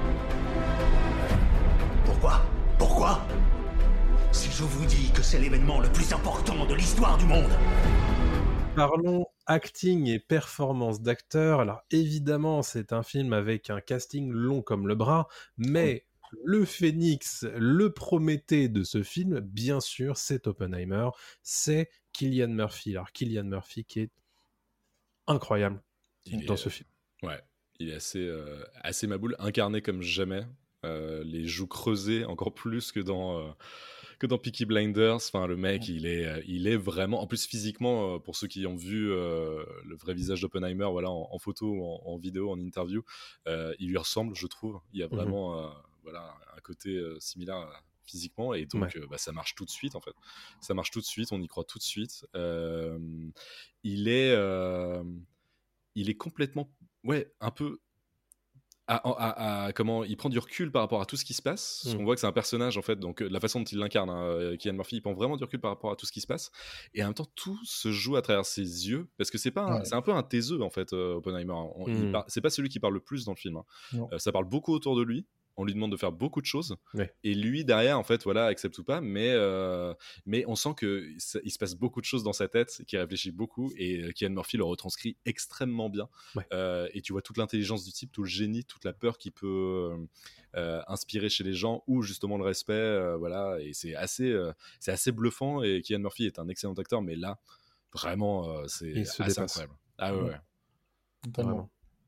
Pourquoi? Si je vous dis que c'est l'événement le plus important de l'histoire du monde. Parlons acting et performance d'acteurs. Alors évidemment, c'est un film avec un casting long comme le bras, mais... Le phénix, le Prométhée de ce film, bien sûr, c'est Oppenheimer, c'est Cillian Murphy. Alors Cillian Murphy qui est incroyable dans ce film. Ouais, il est assez maboule, incarné comme jamais, les joues creusées encore plus que dans Peaky Blinders. Enfin, le mec, il est vraiment, en plus physiquement, pour ceux qui ont vu le vrai visage d'Oppenheimer, voilà, en photo, en vidéo, en interview, il lui ressemble, je trouve. Il y a vraiment voilà, un côté similaire physiquement, et donc ça marche tout de suite en fait. Ça marche tout de suite, on y croit tout de suite. Il est complètement, un peu comment il prend du recul par rapport à tout ce qui se passe. On voit que c'est un personnage en fait, donc la façon dont il l'incarne, Cillian Murphy, il prend vraiment du recul par rapport à tout ce qui se passe, et en même temps tout se joue à travers ses yeux, parce que c'est un peu un taiseux en fait, Oppenheimer. C'est pas celui qui parle le plus dans le film, hein. Ça parle beaucoup autour de lui. On lui demande de faire beaucoup de choses, et lui derrière en fait voilà, accepte ou pas, mais on sent que il se passe beaucoup de choses dans sa tête, qu'il réfléchit beaucoup, et Cillian Murphy le retranscrit extrêmement bien. Et tu vois toute l'intelligence du type, tout le génie, toute la peur qu'il peut inspirer chez les gens, ou justement le respect, voilà, et c'est assez bluffant, et Cillian Murphy est un excellent acteur, mais là vraiment c'est assez incroyable. Ah ouais. Totalement.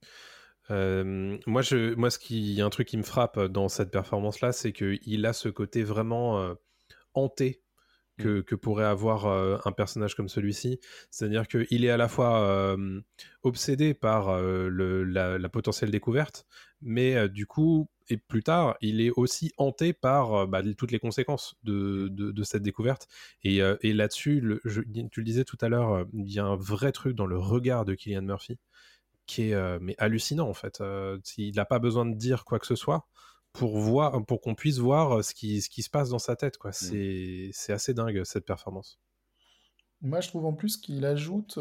Moi, il y a un truc qui me frappe dans cette performance-là, c'est qu'il a ce côté vraiment hanté que pourrait avoir un personnage comme celui-ci. C'est-à-dire qu'il est à la fois obsédé par la potentielle découverte, mais du coup, et plus tard, il est aussi hanté par toutes les conséquences de cette découverte. Et là-dessus, tu le disais tout à l'heure, il y a un vrai truc dans le regard de Cillian Murphy qui est mais hallucinant en fait. Il n'a pas besoin de dire quoi que ce soit pour qu'on puisse voir ce qui se passe dans sa tête, quoi. C'est assez dingue cette performance. Moi, je trouve en plus qu'il ajoute,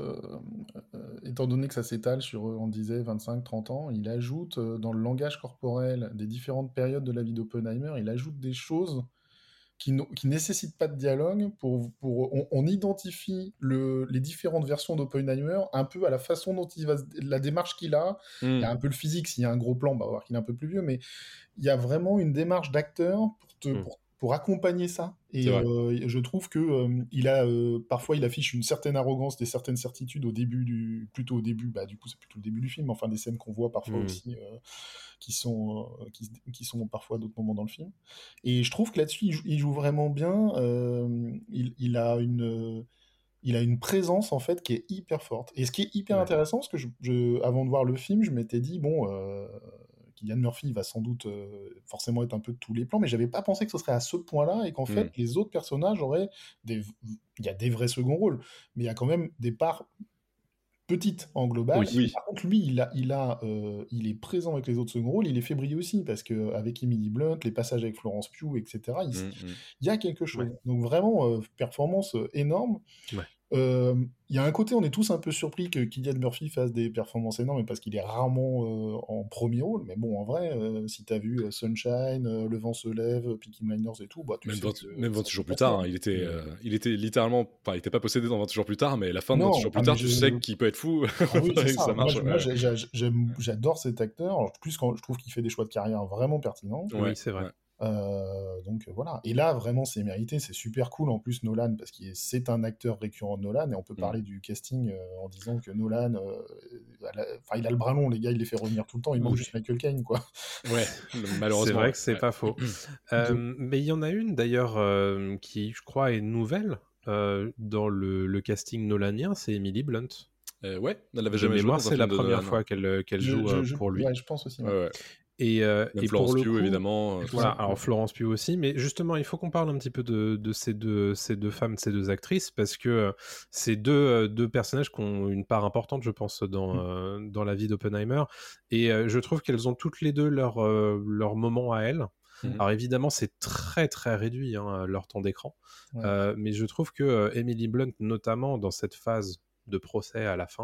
étant donné que ça s'étale sur, on disait 25-30 ans, il ajoute dans le langage corporel des différentes périodes de la vie d'Oppenheimer, il ajoute des choses qui nécessitent pas de dialogue. On identifie les différentes versions d'Oppenheimer un peu à la façon dont la démarche qu'il a. Il y a un peu le physique, s'il y a un gros plan, on va voir qu'il est un peu plus vieux, mais il y a vraiment une démarche d'acteur pour accompagner ça. Et je trouve que parfois il affiche une certaine arrogance, des certaines certitudes plutôt au début, du coup c'est plutôt le début du film, enfin des scènes qu'on voit parfois aussi qui sont parfois à d'autres moments dans le film. Et je trouve que là-dessus il joue vraiment bien. Il a une présence en fait qui est hyper forte. Et ce qui est hyper intéressant, parce que avant de voir le film, je m'étais dit Cillian Murphy va sans doute forcément être un peu de tous les plans, mais j'avais pas pensé que ce serait à ce point-là et qu'en fait les autres personnages auraient il y a des vrais seconds rôles, mais il y a quand même des parts petites en global. Oui. Par contre, lui, il est présent avec les autres seconds rôles, il les fait briller aussi, parce qu'avec Emily Blunt, les passages avec Florence Pugh, etc., il y a quelque chose. Ouais. Donc vraiment, performance énorme. Ouais. Il y a un côté, on est tous un peu surpris que Cillian Murphy fasse des performances énormes, parce qu'il est rarement en premier rôle, mais bon, en vrai, si t'as vu Sunshine, Le vent se lève, Peaky Blinders et tout, même 20 jours plus tard, il était littéralement, enfin, il était pas possédé dans 20 jours plus tard, mais la fin de 20 jours plus tard, tu sais qu'il peut être fou. Oui, c'est ça. Ça marche. Moi, j'adore cet acteur, en plus quand je trouve qu'il fait des choix de carrière vraiment pertinents. Oui, c'est vrai. Donc voilà. Et là, vraiment, c'est mérité. C'est super cool en plus, Nolan, parce que c'est un acteur récurrent de Nolan. Et on peut parler du casting en disant que Nolan, il a le bras long, les gars, il les fait revenir tout le temps. Il manque juste Michael Caine, quoi. Ouais, malheureusement. C'est vrai que c'est pas faux. Mais il y en a une d'ailleurs qui, je crois, est nouvelle dans le casting nolanien, c'est Emily Blunt. Ouais, elle l'avait jamais joué. C'est la première fois qu'elle joue pour lui. Ouais, je pense aussi. Ouais. Et Florence pour le Pugh, coup, évidemment. Voilà, alors Florence Pugh aussi, mais justement, il faut qu'on parle un petit peu de ces deux femmes, ces deux actrices, parce que c'est deux personnages qui ont une part importante, je pense, dans la vie d'Oppenheimer, et je trouve qu'elles ont toutes les deux leur moment à elles. Alors évidemment, c'est très très réduit, leur temps d'écran, mais je trouve que Emily Blunt, notamment dans cette phase de procès à la fin,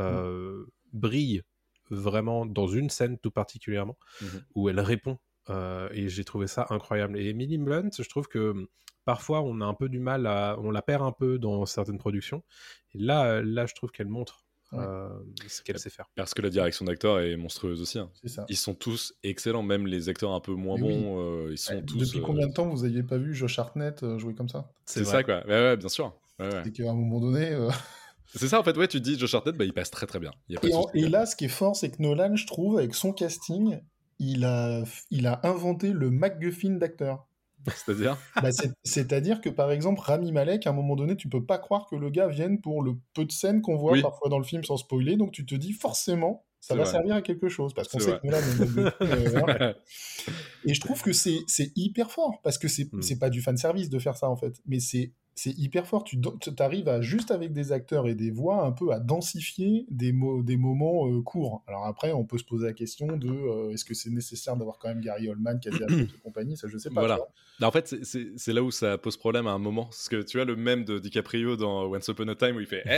brille vraiment dans une scène tout particulièrement où elle répond et j'ai trouvé ça incroyable. Et Emily Blunt, je trouve que parfois on a un peu du mal on la perd un peu dans certaines productions, et là je trouve qu'elle montre ce qu'elle sait faire. Parce que la direction d'acteurs est monstrueuse aussi. C'est ça. Ils sont tous excellents, même les acteurs un peu moins bons. Ils sont tous. Depuis combien de temps vous n'aviez pas vu Josh Hartnett jouer comme ça? C'est ça, quoi. Ouais, bien sûr. Ouais. C'est qu'à un moment donné. C'est ça, en fait, ouais, tu te dis Josh Hartnett, il passe très très bien. Et là, ce qui est fort, c'est que Nolan, je trouve, avec son casting, il a inventé le MacGuffin d'acteur. C'est-à-dire C'est-à-dire que, par exemple, Rami Malek, à un moment donné, tu peux pas croire que le gars vienne pour le peu de scènes qu'on voit parfois dans le film sans spoiler, donc tu te dis forcément, ça va servir à quelque chose, parce qu'on sait que Nolan est MacGuffin. Et je trouve que c'est hyper fort, parce que c'est pas du fanservice de faire ça, en fait, mais c'est hyper fort. Tu arrives juste avec des acteurs et des voix un peu à densifier des moments courts. Alors après, on peut se poser la question de est-ce que c'est nécessaire d'avoir quand même Gary Oldman, Casey Affleck et compagnie, ça je sais pas. Voilà. En fait, c'est là où ça pose problème à un moment, parce que tu vois le mème de DiCaprio dans Once Upon a Time où il fait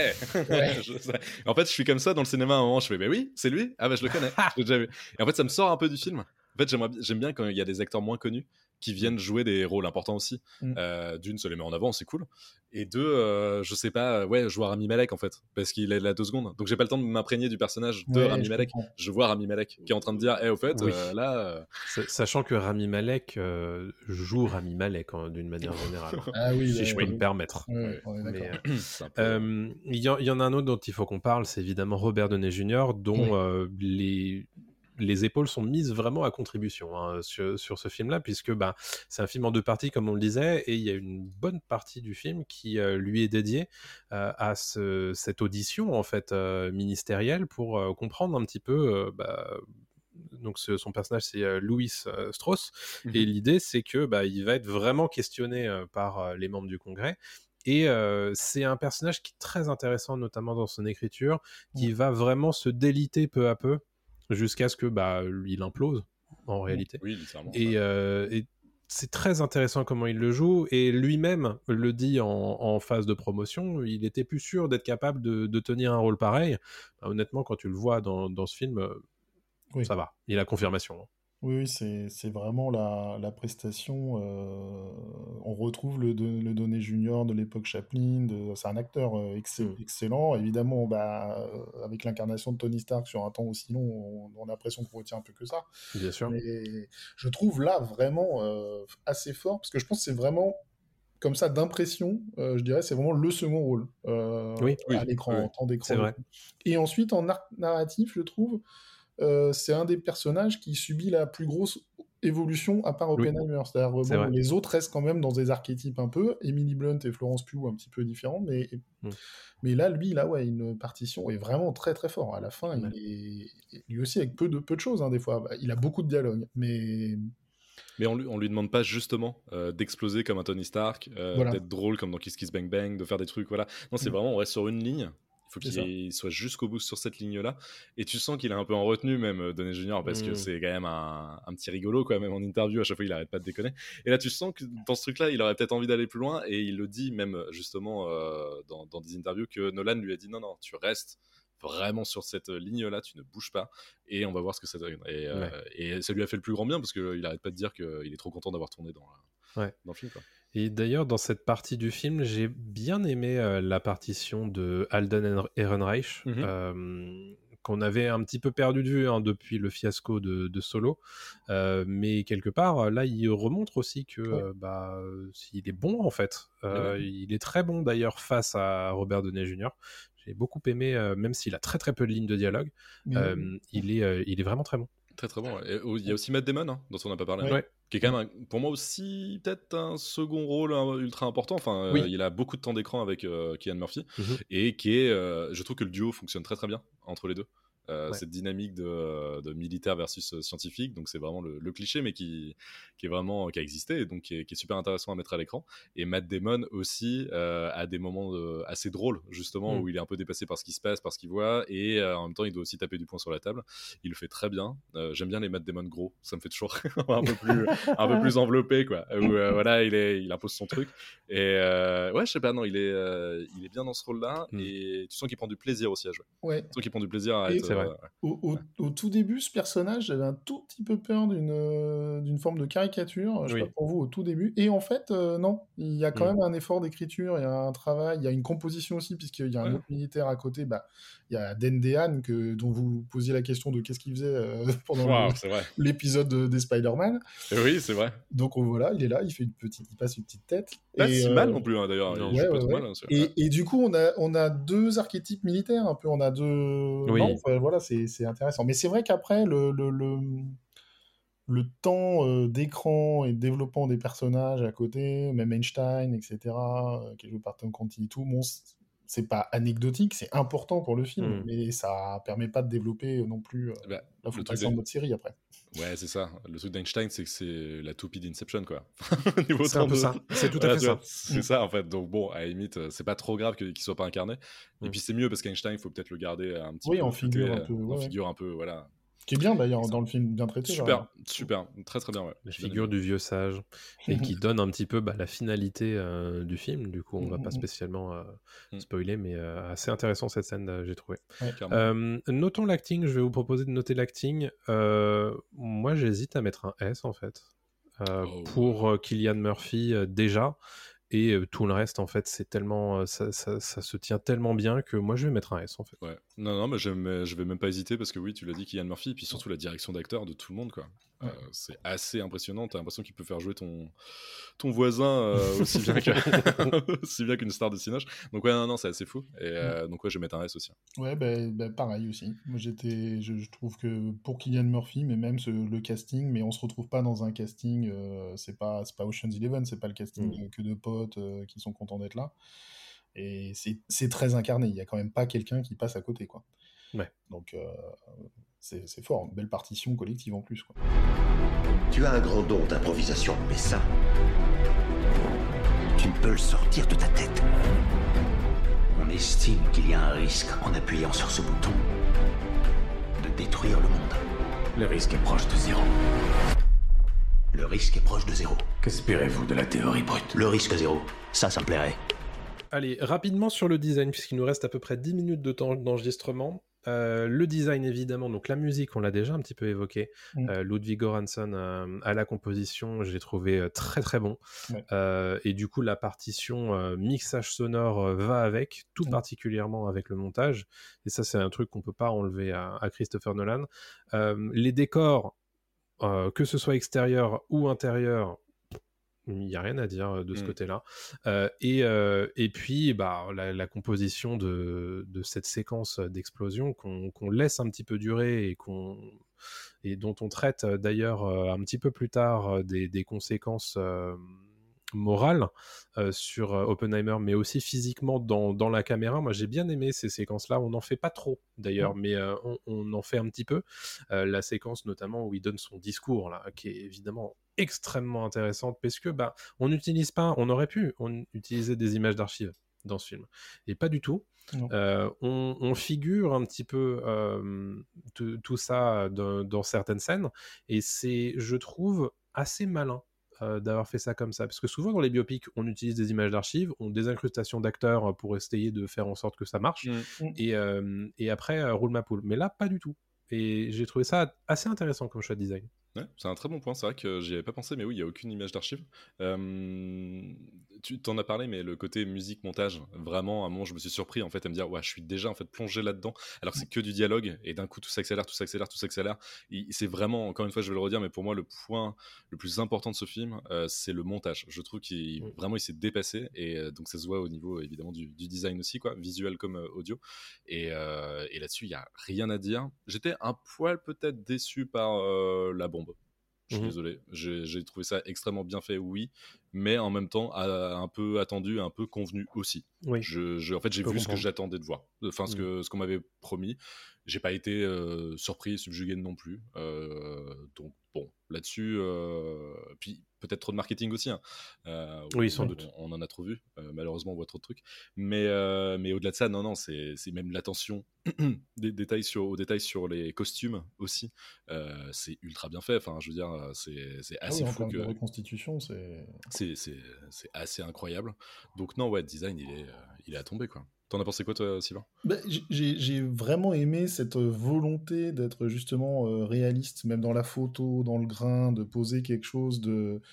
En fait, je suis comme ça dans le cinéma à un moment, je fais mais oui, c'est lui. Ah bah je le connais. Je l'ai déjà vu. Et en fait, ça me sort un peu du film. En fait, j'aime bien quand il y a des acteurs moins connus qui viennent jouer des rôles importants aussi. D'une, ça les met en avant, c'est cool. Et deux, je sais pas, je vois Rami Malek en fait, parce qu'il est là 2 secondes. Donc j'ai pas le temps de m'imprégner du personnage de Rami Malek. Je vois Rami Malek qui est en train de dire, au fait, là. Sachant que Rami Malek joue Rami Malek d'une manière générale. Si je peux me permettre. Il y en a un autre dont il faut qu'on parle, c'est évidemment Robert Downey Jr., dont les épaules sont mises vraiment à contribution sur ce film-là, puisque c'est un film en 2 parties, comme on le disait, et il y a une bonne partie du film qui lui est dédiée à cette audition en fait ministérielle pour comprendre un petit peu. Donc son personnage c'est Louis Strauss, et l'idée c'est que il va être vraiment questionné par les membres du Congrès. Et c'est un personnage qui est très intéressant, notamment dans son écriture, qui va vraiment se déliter peu à peu jusqu'à ce que il implose en réalité. Oui, littéralement. Et c'est très intéressant comment il le joue, et lui-même le dit en phase de promotion, il était plus sûr d'être capable de tenir un rôle pareil. Honnêtement, quand tu le vois dans ce film, ça va, il a confirmation. Oui, c'est vraiment la prestation. On retrouve le Downey Junior de l'époque Chaplin. C'est un acteur excellent. Évidemment, avec l'incarnation de Tony Stark sur un temps aussi long, on a l'impression qu'on retient un peu que ça. Bien sûr. Mais je trouve là vraiment assez fort, parce que je pense que c'est vraiment comme ça d'impression. Je dirais c'est vraiment le second rôle à l'écran, en temps d'écran. C'est vrai. Et ensuite, en arc narratif, je trouve. C'est un des personnages qui subit la plus grosse évolution à part Oppenheimer. C'est-à-dire les autres restent quand même dans des archétypes un peu. Emily Blunt et Florence Pugh un petit peu différents, mais là, lui, une partition est vraiment très très fort. À la fin, il est lui aussi avec peu de choses, des fois. Il a beaucoup de dialogues, mais on lui demande pas justement d'exploser comme un Tony Stark, d'être drôle comme dans Kiss Kiss Bang Bang, de faire des trucs, voilà. Non, c'est vraiment, on reste sur une ligne. Il faut qu'il soit jusqu'au bout sur cette ligne-là. Et tu sens qu'il est un peu en retenue, même, Downey Junior, parce que c'est quand même un petit rigolo, quoi, même en interview, à chaque fois, il arrête pas de déconner. Et là, tu sens que dans ce truc-là, il aurait peut-être envie d'aller plus loin, et il le dit même, justement, dans des interviews, que Nolan lui a dit, non, tu restes vraiment sur cette ligne-là, tu ne bouges pas, et on va voir ce que ça donne. Et ça lui a fait le plus grand bien, parce qu'il arrête pas de dire qu'il est trop content d'avoir tourné dans le film, quoi. Et d'ailleurs, dans cette partie du film, j'ai bien aimé la partition de Alden Ehrenreich, qu'on avait un petit peu perdu de vue depuis le fiasco de Solo. Mais quelque part, là, il remontre aussi que il est bon, en fait. Il est très bon, d'ailleurs, face à Robert Downey Jr. J'ai beaucoup aimé, même s'il a très très peu de lignes de dialogue, il est vraiment très bon. Très très bon. Et il y a aussi Matt Damon, dont on n'a pas parlé, qui est quand même pour moi aussi peut-être un second rôle ultra important. Enfin, il a beaucoup de temps d'écran avec Cillian Murphy, et qui est, je trouve que le duo fonctionne très très bien entre les deux. Cette dynamique de militaire versus scientifique, donc c'est vraiment le cliché, mais qui a existé, et donc qui est super intéressant à mettre à l'écran. Et Matt Damon aussi a des moments assez drôles, justement, où il est un peu dépassé par ce qui se passe, par ce qu'il voit, et en même temps il doit aussi taper du poing sur la table. Il le fait très bien. J'aime bien les Matt Damon gros, ça me fait toujours un peu plus enveloppé, quoi, où voilà, il impose son truc, et je sais pas, non, il est bien dans ce rôle là, et tu sens qu'il prend du plaisir aussi à jouer. Tu sens qu'il prend du plaisir à être. Au tout début, ce personnage, j'avais un tout petit peu peur d'une forme de caricature, je sais pas pour vous, au tout début. Et en fait, non, il y a quand même un effort d'écriture, il y a un travail, il y a une composition aussi, puisqu'il y a un autre militaire à côté. Il y a Den Dehan, dont vous posiez la question de qu'est-ce qu'il faisait pendant l'épisode des Spider-Man. Oui, c'est vrai. Donc voilà, il est là, il passe une petite tête. Pas si mal non plus, d'ailleurs. Mal, et du coup, on a deux archétypes militaires, un peu. On a deux. Voilà, c'est intéressant. Mais c'est vrai qu'après, le temps d'écran et de développement des personnages à côté, même Einstein, etc., qui est joué par Tom Conti et tout, c'est pas anecdotique, c'est important pour le film, mais ça permet pas de développer non plus la passer en mode série après. Ouais, c'est ça. Le truc d'Einstein, c'est que c'est la toupie d'Inception, quoi. C'est un peu ça. C'est tout à fait ça. C'est ça, en fait. Donc bon, à la limite, c'est pas trop grave qu'il soit pas incarné. Et puis c'est mieux, parce qu'Einstein, il faut peut-être le garder un petit peu. En figure un peu, voilà. Qui est bien d'ailleurs dans le film, bien traité. Super, très très bien. La figure du vieux sage, et qui donne un petit peu la finalité du film. Du coup, on va pas spécialement spoiler, mais assez intéressant cette scène, j'ai trouvé. Notons l'acting, je vais vous proposer de noter l'acting. Moi, j'hésite à mettre un S en fait, pour Cillian Murphy déjà. Et tout le reste, en fait, c'est tellement, ça se tient tellement bien que moi, je vais mettre un S, en fait. Ouais. Non, mais je vais même pas hésiter, parce que oui, tu l'as dit, Cillian Murphy, et puis surtout la direction d'acteur de tout le monde, quoi. C'est assez impressionnant. T'as l'impression qu'il peut faire jouer ton voisin aussi bien qu'une star de cinéma. Donc ouais, non, c'est assez fou. Et donc ouais, je vais mettre un S aussi. Ouais, pareil aussi. Moi, je trouve que pour Cillian Murphy, mais même le casting, mais on se retrouve pas dans un casting. C'est pas Ocean's 11, c'est pas le casting que de potes qui sont contents d'être là. Et c'est très incarné. Il y a quand même pas quelqu'un qui passe à côté, quoi. Ouais. Donc c'est fort, une belle partition collective en plus, quoi. Tu as un grand don d'improvisation, mais ça, tu ne peux le sortir de ta tête. On estime qu'il y a un risque en appuyant sur ce bouton de détruire le monde. Le risque est proche de zéro. Le risque est proche de zéro. Qu'espérez-vous de la théorie brute? Le risque zéro, ça me plairait. Allez, rapidement sur le design, puisqu'il nous reste à peu près 10 minutes de temps d'enregistrement. Le design, évidemment, donc la musique, on l'a déjà un petit peu évoqué. Ludwig Göransson à la composition, j'ai trouvé très très bon. Et du coup, la partition mixage sonore va avec, tout particulièrement avec le montage. Et ça, c'est un truc qu'on peut pas enlever à Christopher Nolan. Les décors, que ce soit extérieur ou intérieur, il n'y a rien à dire de ce côté-là. Et puis, la composition de cette séquence d'explosion qu'on laisse un petit peu durer et dont on traite d'ailleurs un petit peu plus tard des conséquences morales sur Oppenheimer, mais aussi physiquement dans la caméra. Moi, j'ai bien aimé ces séquences-là. On n'en fait pas trop, d'ailleurs, mais on en fait un petit peu. La séquence, notamment, où il donne son discours, là, qui est évidemment extrêmement intéressante, parce que on aurait pu utiliser des images d'archives dans ce film, et pas du tout. On figure un petit peu tout ça dans certaines scènes, et c'est, je trouve, assez malin d'avoir fait ça comme ça, parce que souvent dans les biopics on utilise des images d'archives, on des incrustations d'acteurs pour essayer de faire en sorte que ça marche, et après roule ma poule, mais là pas du tout, et j'ai trouvé ça assez intéressant comme choix de design. Ouais, c'est un très bon point, c'est vrai que j'y avais pas pensé, mais oui, il n'y a aucune image d'archive. Tu t'en as parlé, mais le côté musique-montage, vraiment, à un moment, je me suis surpris en fait, à me dire, ouais, je suis déjà en fait plongé là-dedans, alors que c'est que du dialogue, et d'un coup, tout s'accélère. C'est vraiment, encore une fois, je vais le redire, mais pour moi, le point le plus important de ce film, c'est le montage. Je trouve qu'il vraiment, il s'est dépassé, et donc ça se voit au niveau, évidemment, du design aussi, quoi, visuel comme audio, et là-dessus, il n'y a rien à dire. J'étais un poil peut-être déçu par la bombe. Je suis désolé, j'ai trouvé ça extrêmement bien fait, oui, mais en même temps un peu attendu, un peu convenu aussi. En fait, j'ai vu ce que j'attendais de voir, enfin ce qu'on m'avait promis. J'ai pas été surpris, subjugué non plus. Donc bon, là-dessus, puis peut-être trop de marketing aussi. Oui, sans doute. On en a trop vu. Malheureusement, on voit trop de trucs. Mais au-delà de ça, non, c'est même l'attention aux détails sur les costumes aussi. C'est ultra bien fait. Enfin, je veux dire, c'est assez fou que. De reconstitution, c'est assez incroyable. Donc non, ouais, design, il est à tomber, quoi. T'en as pensé quoi, toi, Sylvain ? J'ai vraiment aimé cette volonté d'être justement réaliste, même dans la photo, dans le grain, de poser quelque chose de...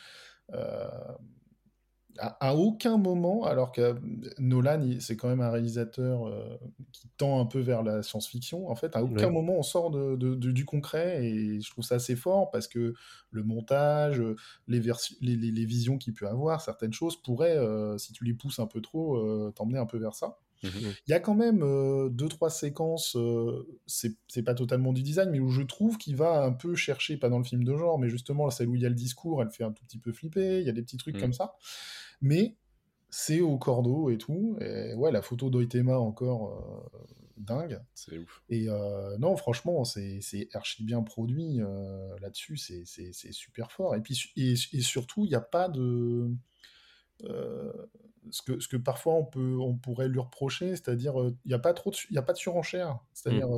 à aucun moment, alors que Nolan, c'est quand même un réalisateur qui tend un peu vers la science-fiction, en fait, à aucun moment on sort du concret, et je trouve ça assez fort, parce que le montage, les visions qu'il peut avoir, certaines choses pourraient, si tu les pousses un peu trop, t'emmener un peu vers ça. Il y a quand même 2-3 séquences, c'est pas totalement du design, mais où je trouve qu'il va un peu chercher, pas dans le film de genre, mais justement celle où il y a le discours, elle fait un tout petit peu flipper, il y a des petits trucs comme ça, mais c'est au cordeau et tout, et ouais, la photo d'Oitema encore dingue. C'est ouf. Et non, franchement, c'est archi bien produit là-dessus, c'est super fort. Et puis et surtout, il n'y a pas de... ce que parfois on pourrait lui reprocher, c'est-à-dire il n'y a pas de surenchère, c'est-à-dire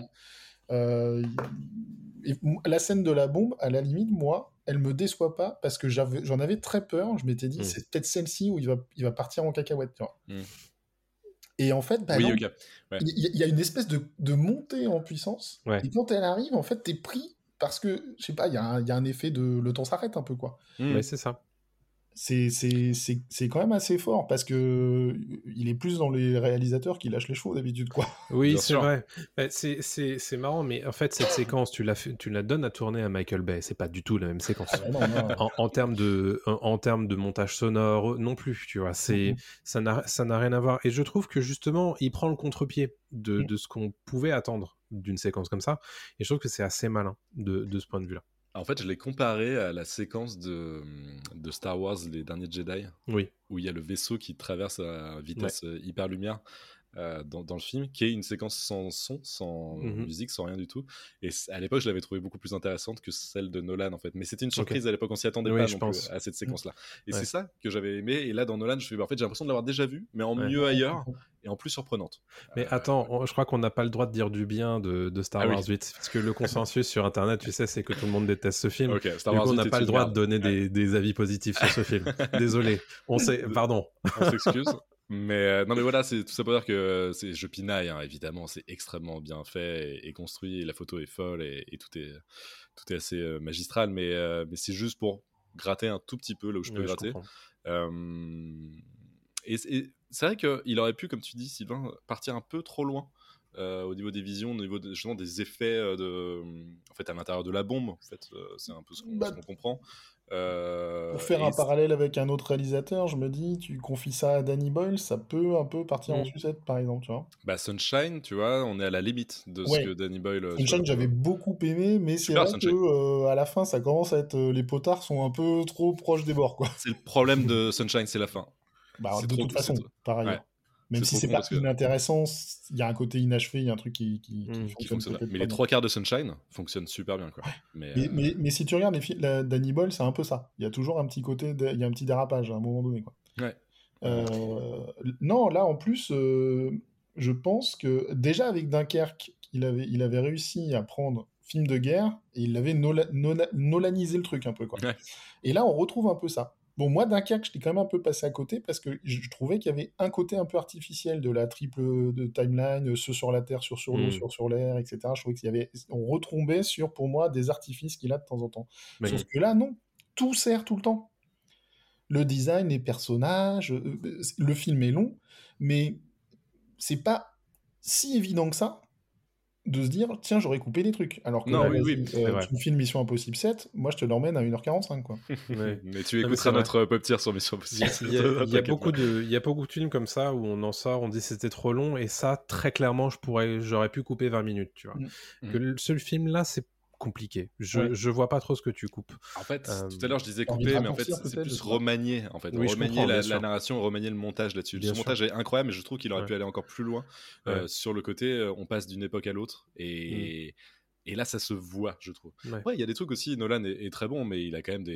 la scène de la bombe, à la limite, moi, elle me déçoit pas, parce que j'en avais très peur. Je m'étais dit, c'est peut-être celle-ci où il va partir en cacahuète, tu vois. Et en fait, il y a une espèce de montée en puissance, et quand elle arrive, en fait, t'es pris, parce que, je sais pas, il y a un effet de le temps s'arrête un peu, quoi. Ouais, c'est ça. C'est quand même assez fort, parce que il est plus dans les réalisateurs qui lâchent les chevaux d'habitude, quoi. Oui, c'est vrai. C'est marrant, mais en fait cette séquence, tu la donnes à tourner à Michael Bay, c'est pas du tout la même séquence. Non. En termes de montage sonore non plus, tu vois. Ça n'a rien à voir. Et je trouve que justement, il prend le contre-pied de ce qu'on pouvait attendre d'une séquence comme ça. Et je trouve que c'est assez malin de ce point de vue-là. En fait, je l'ai comparé à la séquence de Star Wars, les derniers Jedi, où il y a le vaisseau qui traverse à vitesse hyper lumière. dans le film, qui est une séquence sans son, sans musique, sans rien du tout. Et à l'époque, je l'avais trouvée beaucoup plus intéressante que celle de Nolan, en fait. Mais c'était une surprise à l'époque, on s'y attendait pas non plus à cette séquence-là. Et c'est ça que j'avais aimé. Et là, dans Nolan, en fait, j'ai l'impression de l'avoir déjà vu, mais en mieux ailleurs et en plus surprenante. Mais attends, je crois qu'on n'a pas le droit de dire du bien de Star Wars 8, parce que le consensus sur Internet, tu sais, c'est que tout le monde déteste ce film. Star Wars on n'a pas le droit de donner des avis positifs sur ce film. Désolé. Pardon. On s'excuse. Mais non, mais voilà, c'est tout ça pour dire que je pinaille, hein, évidemment, c'est extrêmement bien fait et construit, et la photo est folle et tout est assez magistral, mais c'est juste pour gratter un tout petit peu là où je peux gratter. Et c'est vrai qu'il aurait pu, comme tu dis, Sylvain, partir un peu trop loin. Au niveau des visions, au niveau justement des effets en fait, à l'intérieur de la bombe, en fait, c'est un peu ce qu'on comprend. Pour faire un parallèle avec un autre réalisateur, je me dis, tu confies ça à Danny Boyle, ça peut un peu partir en sucette, par exemple, tu vois. Sunshine, tu vois, on est à la limite de ce que Danny Boyle... Sunshine, j'avais beaucoup aimé, mais c'est vrai que à la fin, ça commence à être... les potards sont un peu trop proches des bords, quoi. C'est le problème de Sunshine, c'est la fin. De toute façon, par ailleurs. Ouais. Même si c'est pas inintéressant, il y a un côté inachevé, il y a un truc qui fonctionne. Mais les 3 quarts de Sunshine fonctionnent super bien, quoi. Ouais. Mais si tu regardes Danny Boyle, c'est un peu ça. Il y a toujours un petit côté, il y a un petit dérapage à un moment donné, quoi. Ouais. Non, là en plus, je pense que déjà avec Dunkerque, il avait réussi à prendre film de guerre et il avait nolanisé le truc un peu, quoi. Ouais. Et là, on retrouve un peu ça. Bon, moi, Dunkerque, j'étais quand même un peu passé à côté parce que je trouvais qu'il y avait un côté un peu artificiel de la triple de timeline, ceux sur la Terre, sur l'eau, sur l'air, etc. Je trouvais on retombait sur, pour moi, des artifices qu'il a de temps en temps. Sauf que là, non. Tout sert tout le temps. Le design, les personnages, le film est long, mais c'est pas si évident que ça de se dire, tiens, j'aurais coupé des trucs. Alors que tu me filmes Mission Impossible 7, moi je te l'emmène à 1h45, quoi. Mais tu écouteras notre pop tier sur Mission Impossible. Il y a beaucoup de films comme ça où on en sort, on dit c'était trop long, et ça, très clairement, j'aurais pu couper 20 minutes, tu vois. Que le seul film là, c'est compliqué. Je vois pas trop ce que tu coupes. En fait, tout à l'heure je disais couper, mais en fait c'est plus remanier, en fait. Remanier la narration, remanier le montage là-dessus. Le montage est incroyable, mais je trouve qu'il aurait pu aller encore plus loin sur le côté on passe d'une époque à l'autre et là ça se voit, je trouve. Ouais, il y a des trucs aussi, Nolan est très bon, mais il a quand même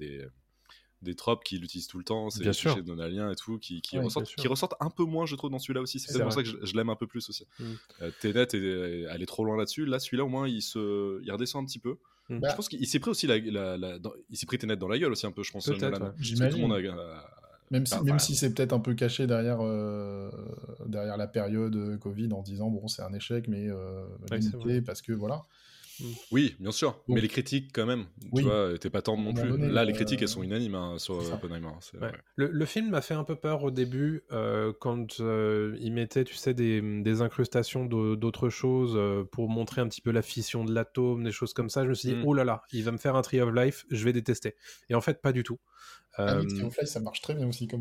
des tropes qu'il utilise tout le temps, c'est les clichés nonaliens et tout, qui ressortent un peu moins, je trouve, dans celui-là aussi. C'est peut-être pour ça que je l'aime un peu plus aussi. Tenet, elle est trop loin là-dessus. Là, celui-là, au moins, il redescend un petit peu. Je pense qu'il s'est pris aussi il s'est pris Tenet dans la gueule aussi un peu, je pense. Nolan. J'imagine. Même si c'est peut-être un peu caché derrière la période Covid en disant bon, c'est un échec, mais limité parce que voilà. Oui, bien sûr, mais les critiques quand même, tu vois, t'es pas tendre non plus. Là, les critiques, elles sont unanimes sur Oppenheimer. Le film m'a fait un peu peur au début quand il mettait, tu sais, des incrustations d'autres choses pour montrer un petit peu la fission de l'atome, des choses comme ça. Je me suis dit, oh là là, il va me faire un Tree of Life, je vais détester. Et en fait, pas du tout. Tree of Life, ça marche très bien aussi comme.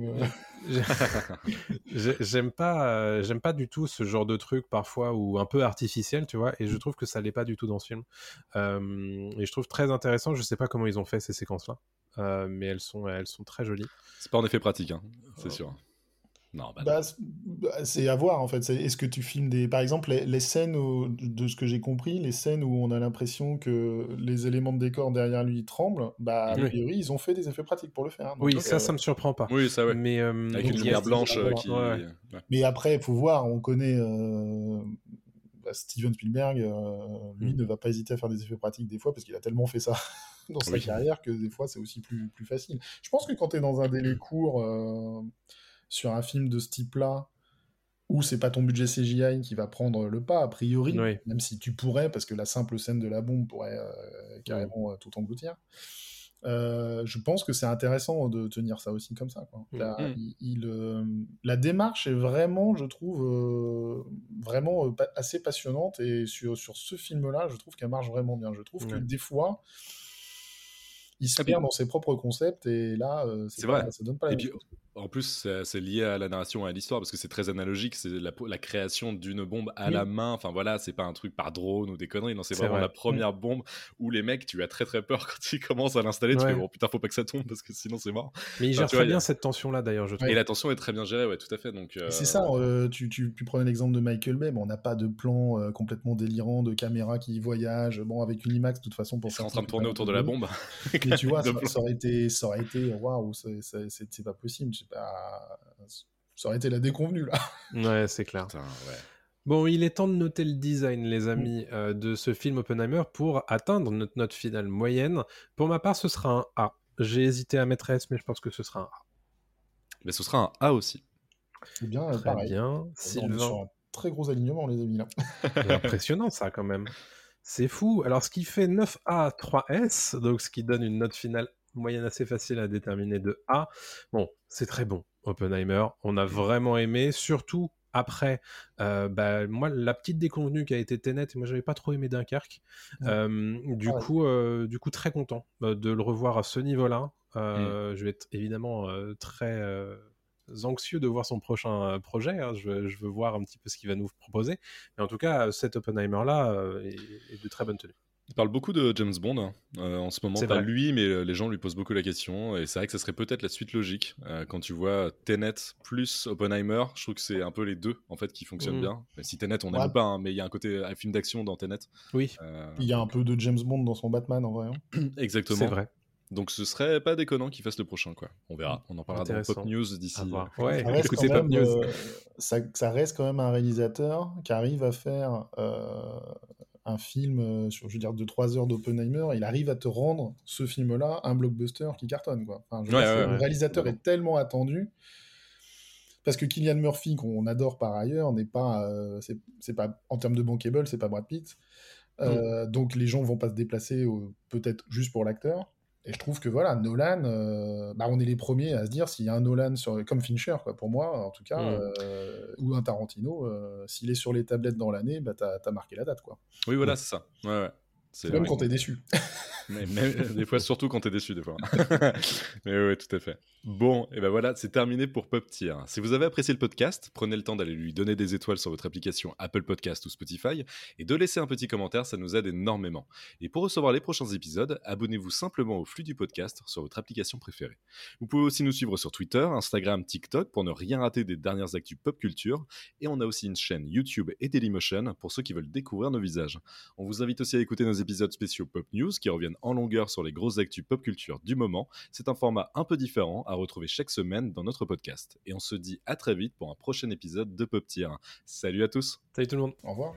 J'aime pas du tout ce genre de truc parfois ou un peu artificiel, tu vois, et je trouve que ça l'est pas du tout dans ce film. Et je trouve très intéressant. Je sais pas comment ils ont fait ces séquences-là, mais elles sont très jolies. C'est pas en effet pratique, hein, c'est sûr. Non, c'est à voir en fait. Est-ce que tu filmes par exemple les scènes de ce que j'ai compris, les scènes où on a l'impression que les éléments de décor derrière lui tremblent, a priori ils ont fait des effets pratiques pour le faire. Donc, ça me surprend pas. Oui, ça ouais. Mais avec une lumière blanche qui. Ouais. Mais après, faut voir. On connaît Steven Spielberg, lui ne va pas hésiter à faire des effets pratiques des fois parce qu'il a tellement fait ça dans sa carrière que des fois c'est aussi plus facile. Je pense que quand tu es dans un délai court sur un film de ce type-là, où c'est pas ton budget CGI qui va prendre le pas, a priori, même si tu pourrais, parce que la simple scène de la bombe pourrait carrément tout engloutir, je pense que c'est intéressant de tenir ça aussi comme ça, quoi. La démarche est vraiment, je trouve, vraiment assez passionnante, et sur ce film-là, je trouve qu'elle marche vraiment bien. Je trouve que des fois, il se perd dans ses propres concepts, et là, c'est vrai. Ça donne pas la même chose. En plus, c'est lié à la narration et à l'histoire parce que c'est très analogique. C'est la création d'une bombe à Oui. la main. Enfin voilà, c'est pas un truc par drone ou des conneries. Non, c'est C'est vraiment vrai. la première bombe où les mecs, tu as très très peur quand ils commencent à l'installer. Tu fais Ouais. bon putain, faut pas que ça tombe parce que sinon c'est mort. Mais il Enfin, gère tu vois, très bien cette tension-là, d'ailleurs, je trouve. Et la tension est très bien gérée, ouais, tout à fait. Donc, Et c'est ça, tu prenais l'exemple de Michael Bay, on n'a pas de plan complètement délirant, de caméra qui voyage, bon, avec une IMAX de toute façon pour ils sont faire en train de c'est tourner pas autour de la bombe. Mais tu vois, De plan. ça aurait été waouh, c'est pas possible, ça aurait été la déconvenue là. Ouais, c'est clair. Putain, ouais. Bon, il est temps de noter le design, les amis, de ce film Oppenheimer pour atteindre notre note finale moyenne. Pour ma part, ce sera un A. J'ai hésité à mettre S, mais je pense que ce sera un A. Mais ce sera un A aussi. Eh bien, Très pareil. bien. On est sur Sylvain, un très gros alignement, les amis là. c'est impressionnant ça quand même. C'est fou. Alors, ce qui fait 9A, 3S, donc ce qui donne une note finale moyenne assez facile à déterminer de A. Bon, c'est très bon, Oppenheimer. On a vraiment aimé, surtout après, moi, la petite déconvenue qui a été Tenet, et moi, j'avais pas trop aimé Dunkerque. Du coup, très content de le revoir à ce niveau-là. Je vais être évidemment très anxieux de voir son prochain projet. Hein. Je veux voir un petit peu ce qu'il va nous proposer. Mais en tout cas, cet Oppenheimer-là est de très bonne tenue. Il parle beaucoup de James Bond en ce moment, C'est pas vrai. lui, mais les gens lui posent beaucoup la question, et c'est vrai que ça serait peut-être la suite logique. Quand tu vois Tenet plus Oppenheimer, je trouve que c'est un peu les deux en fait qui fonctionnent bien. Mais si Tenet on n'aime pas, hein, mais il y a un côté un film d'action dans Tenet. Oui. Il y a un peu de James Bond dans son Batman en vrai. Hein. Exactement. C'est vrai. Donc ce serait pas déconnant qu'il fasse le prochain, quoi. On verra, on en parlera dans Intéressant. Pop News d'ici. À voir. Ouais, Ça reste écoutez quand Pop même, News. ça reste quand même un réalisateur qui arrive à faire un film sur, je veux dire, de 3 heures d'Oppenheimer, il arrive à te rendre ce film-là un blockbuster qui cartonne, quoi. Enfin, je veux dire, le réalisateur est tellement attendu parce que Cillian Murphy, qu'on adore par ailleurs, n'est pas, c'est pas en termes de bankable, c'est pas Brad Pitt. Donc les gens vont pas se déplacer peut-être juste pour l'acteur. Et je trouve que voilà, Nolan, on est les premiers à se dire s'il y a un Nolan comme Fincher, quoi, pour moi en tout cas, ou un Tarantino, s'il est sur les tablettes dans l'année, t'as marqué la date, quoi. Oui, voilà, c'est ça. Ouais. Même quand t'es déçu. Mais des fois, surtout quand t'es déçu, des fois. Mais oui, tout à fait. Bon, et ben voilà, c'est terminé pour Pop Tier. Si vous avez apprécié le podcast, prenez le temps d'aller lui donner des étoiles sur votre application Apple Podcast ou Spotify et de laisser un petit commentaire, ça nous aide énormément. Et pour recevoir les prochains épisodes, abonnez-vous simplement au flux du podcast sur votre application préférée. Vous pouvez aussi nous suivre sur Twitter, Instagram, TikTok pour ne rien rater des dernières actus pop culture. Et on a aussi une chaîne YouTube et Dailymotion pour ceux qui veulent découvrir nos visages. On vous invite aussi à écouter nos épisodes spéciaux Pop News qui reviennent en longueur sur les grosses actus pop culture du moment. C'est un format un peu différent à retrouver chaque semaine dans notre podcast. Et on se dit à très vite pour un prochain épisode de Pop Tier. Salut à tous. Salut tout le monde. Au revoir.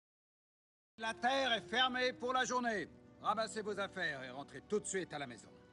La terre est fermée pour la journée. Ramassez vos affaires et rentrez tout de suite à la maison.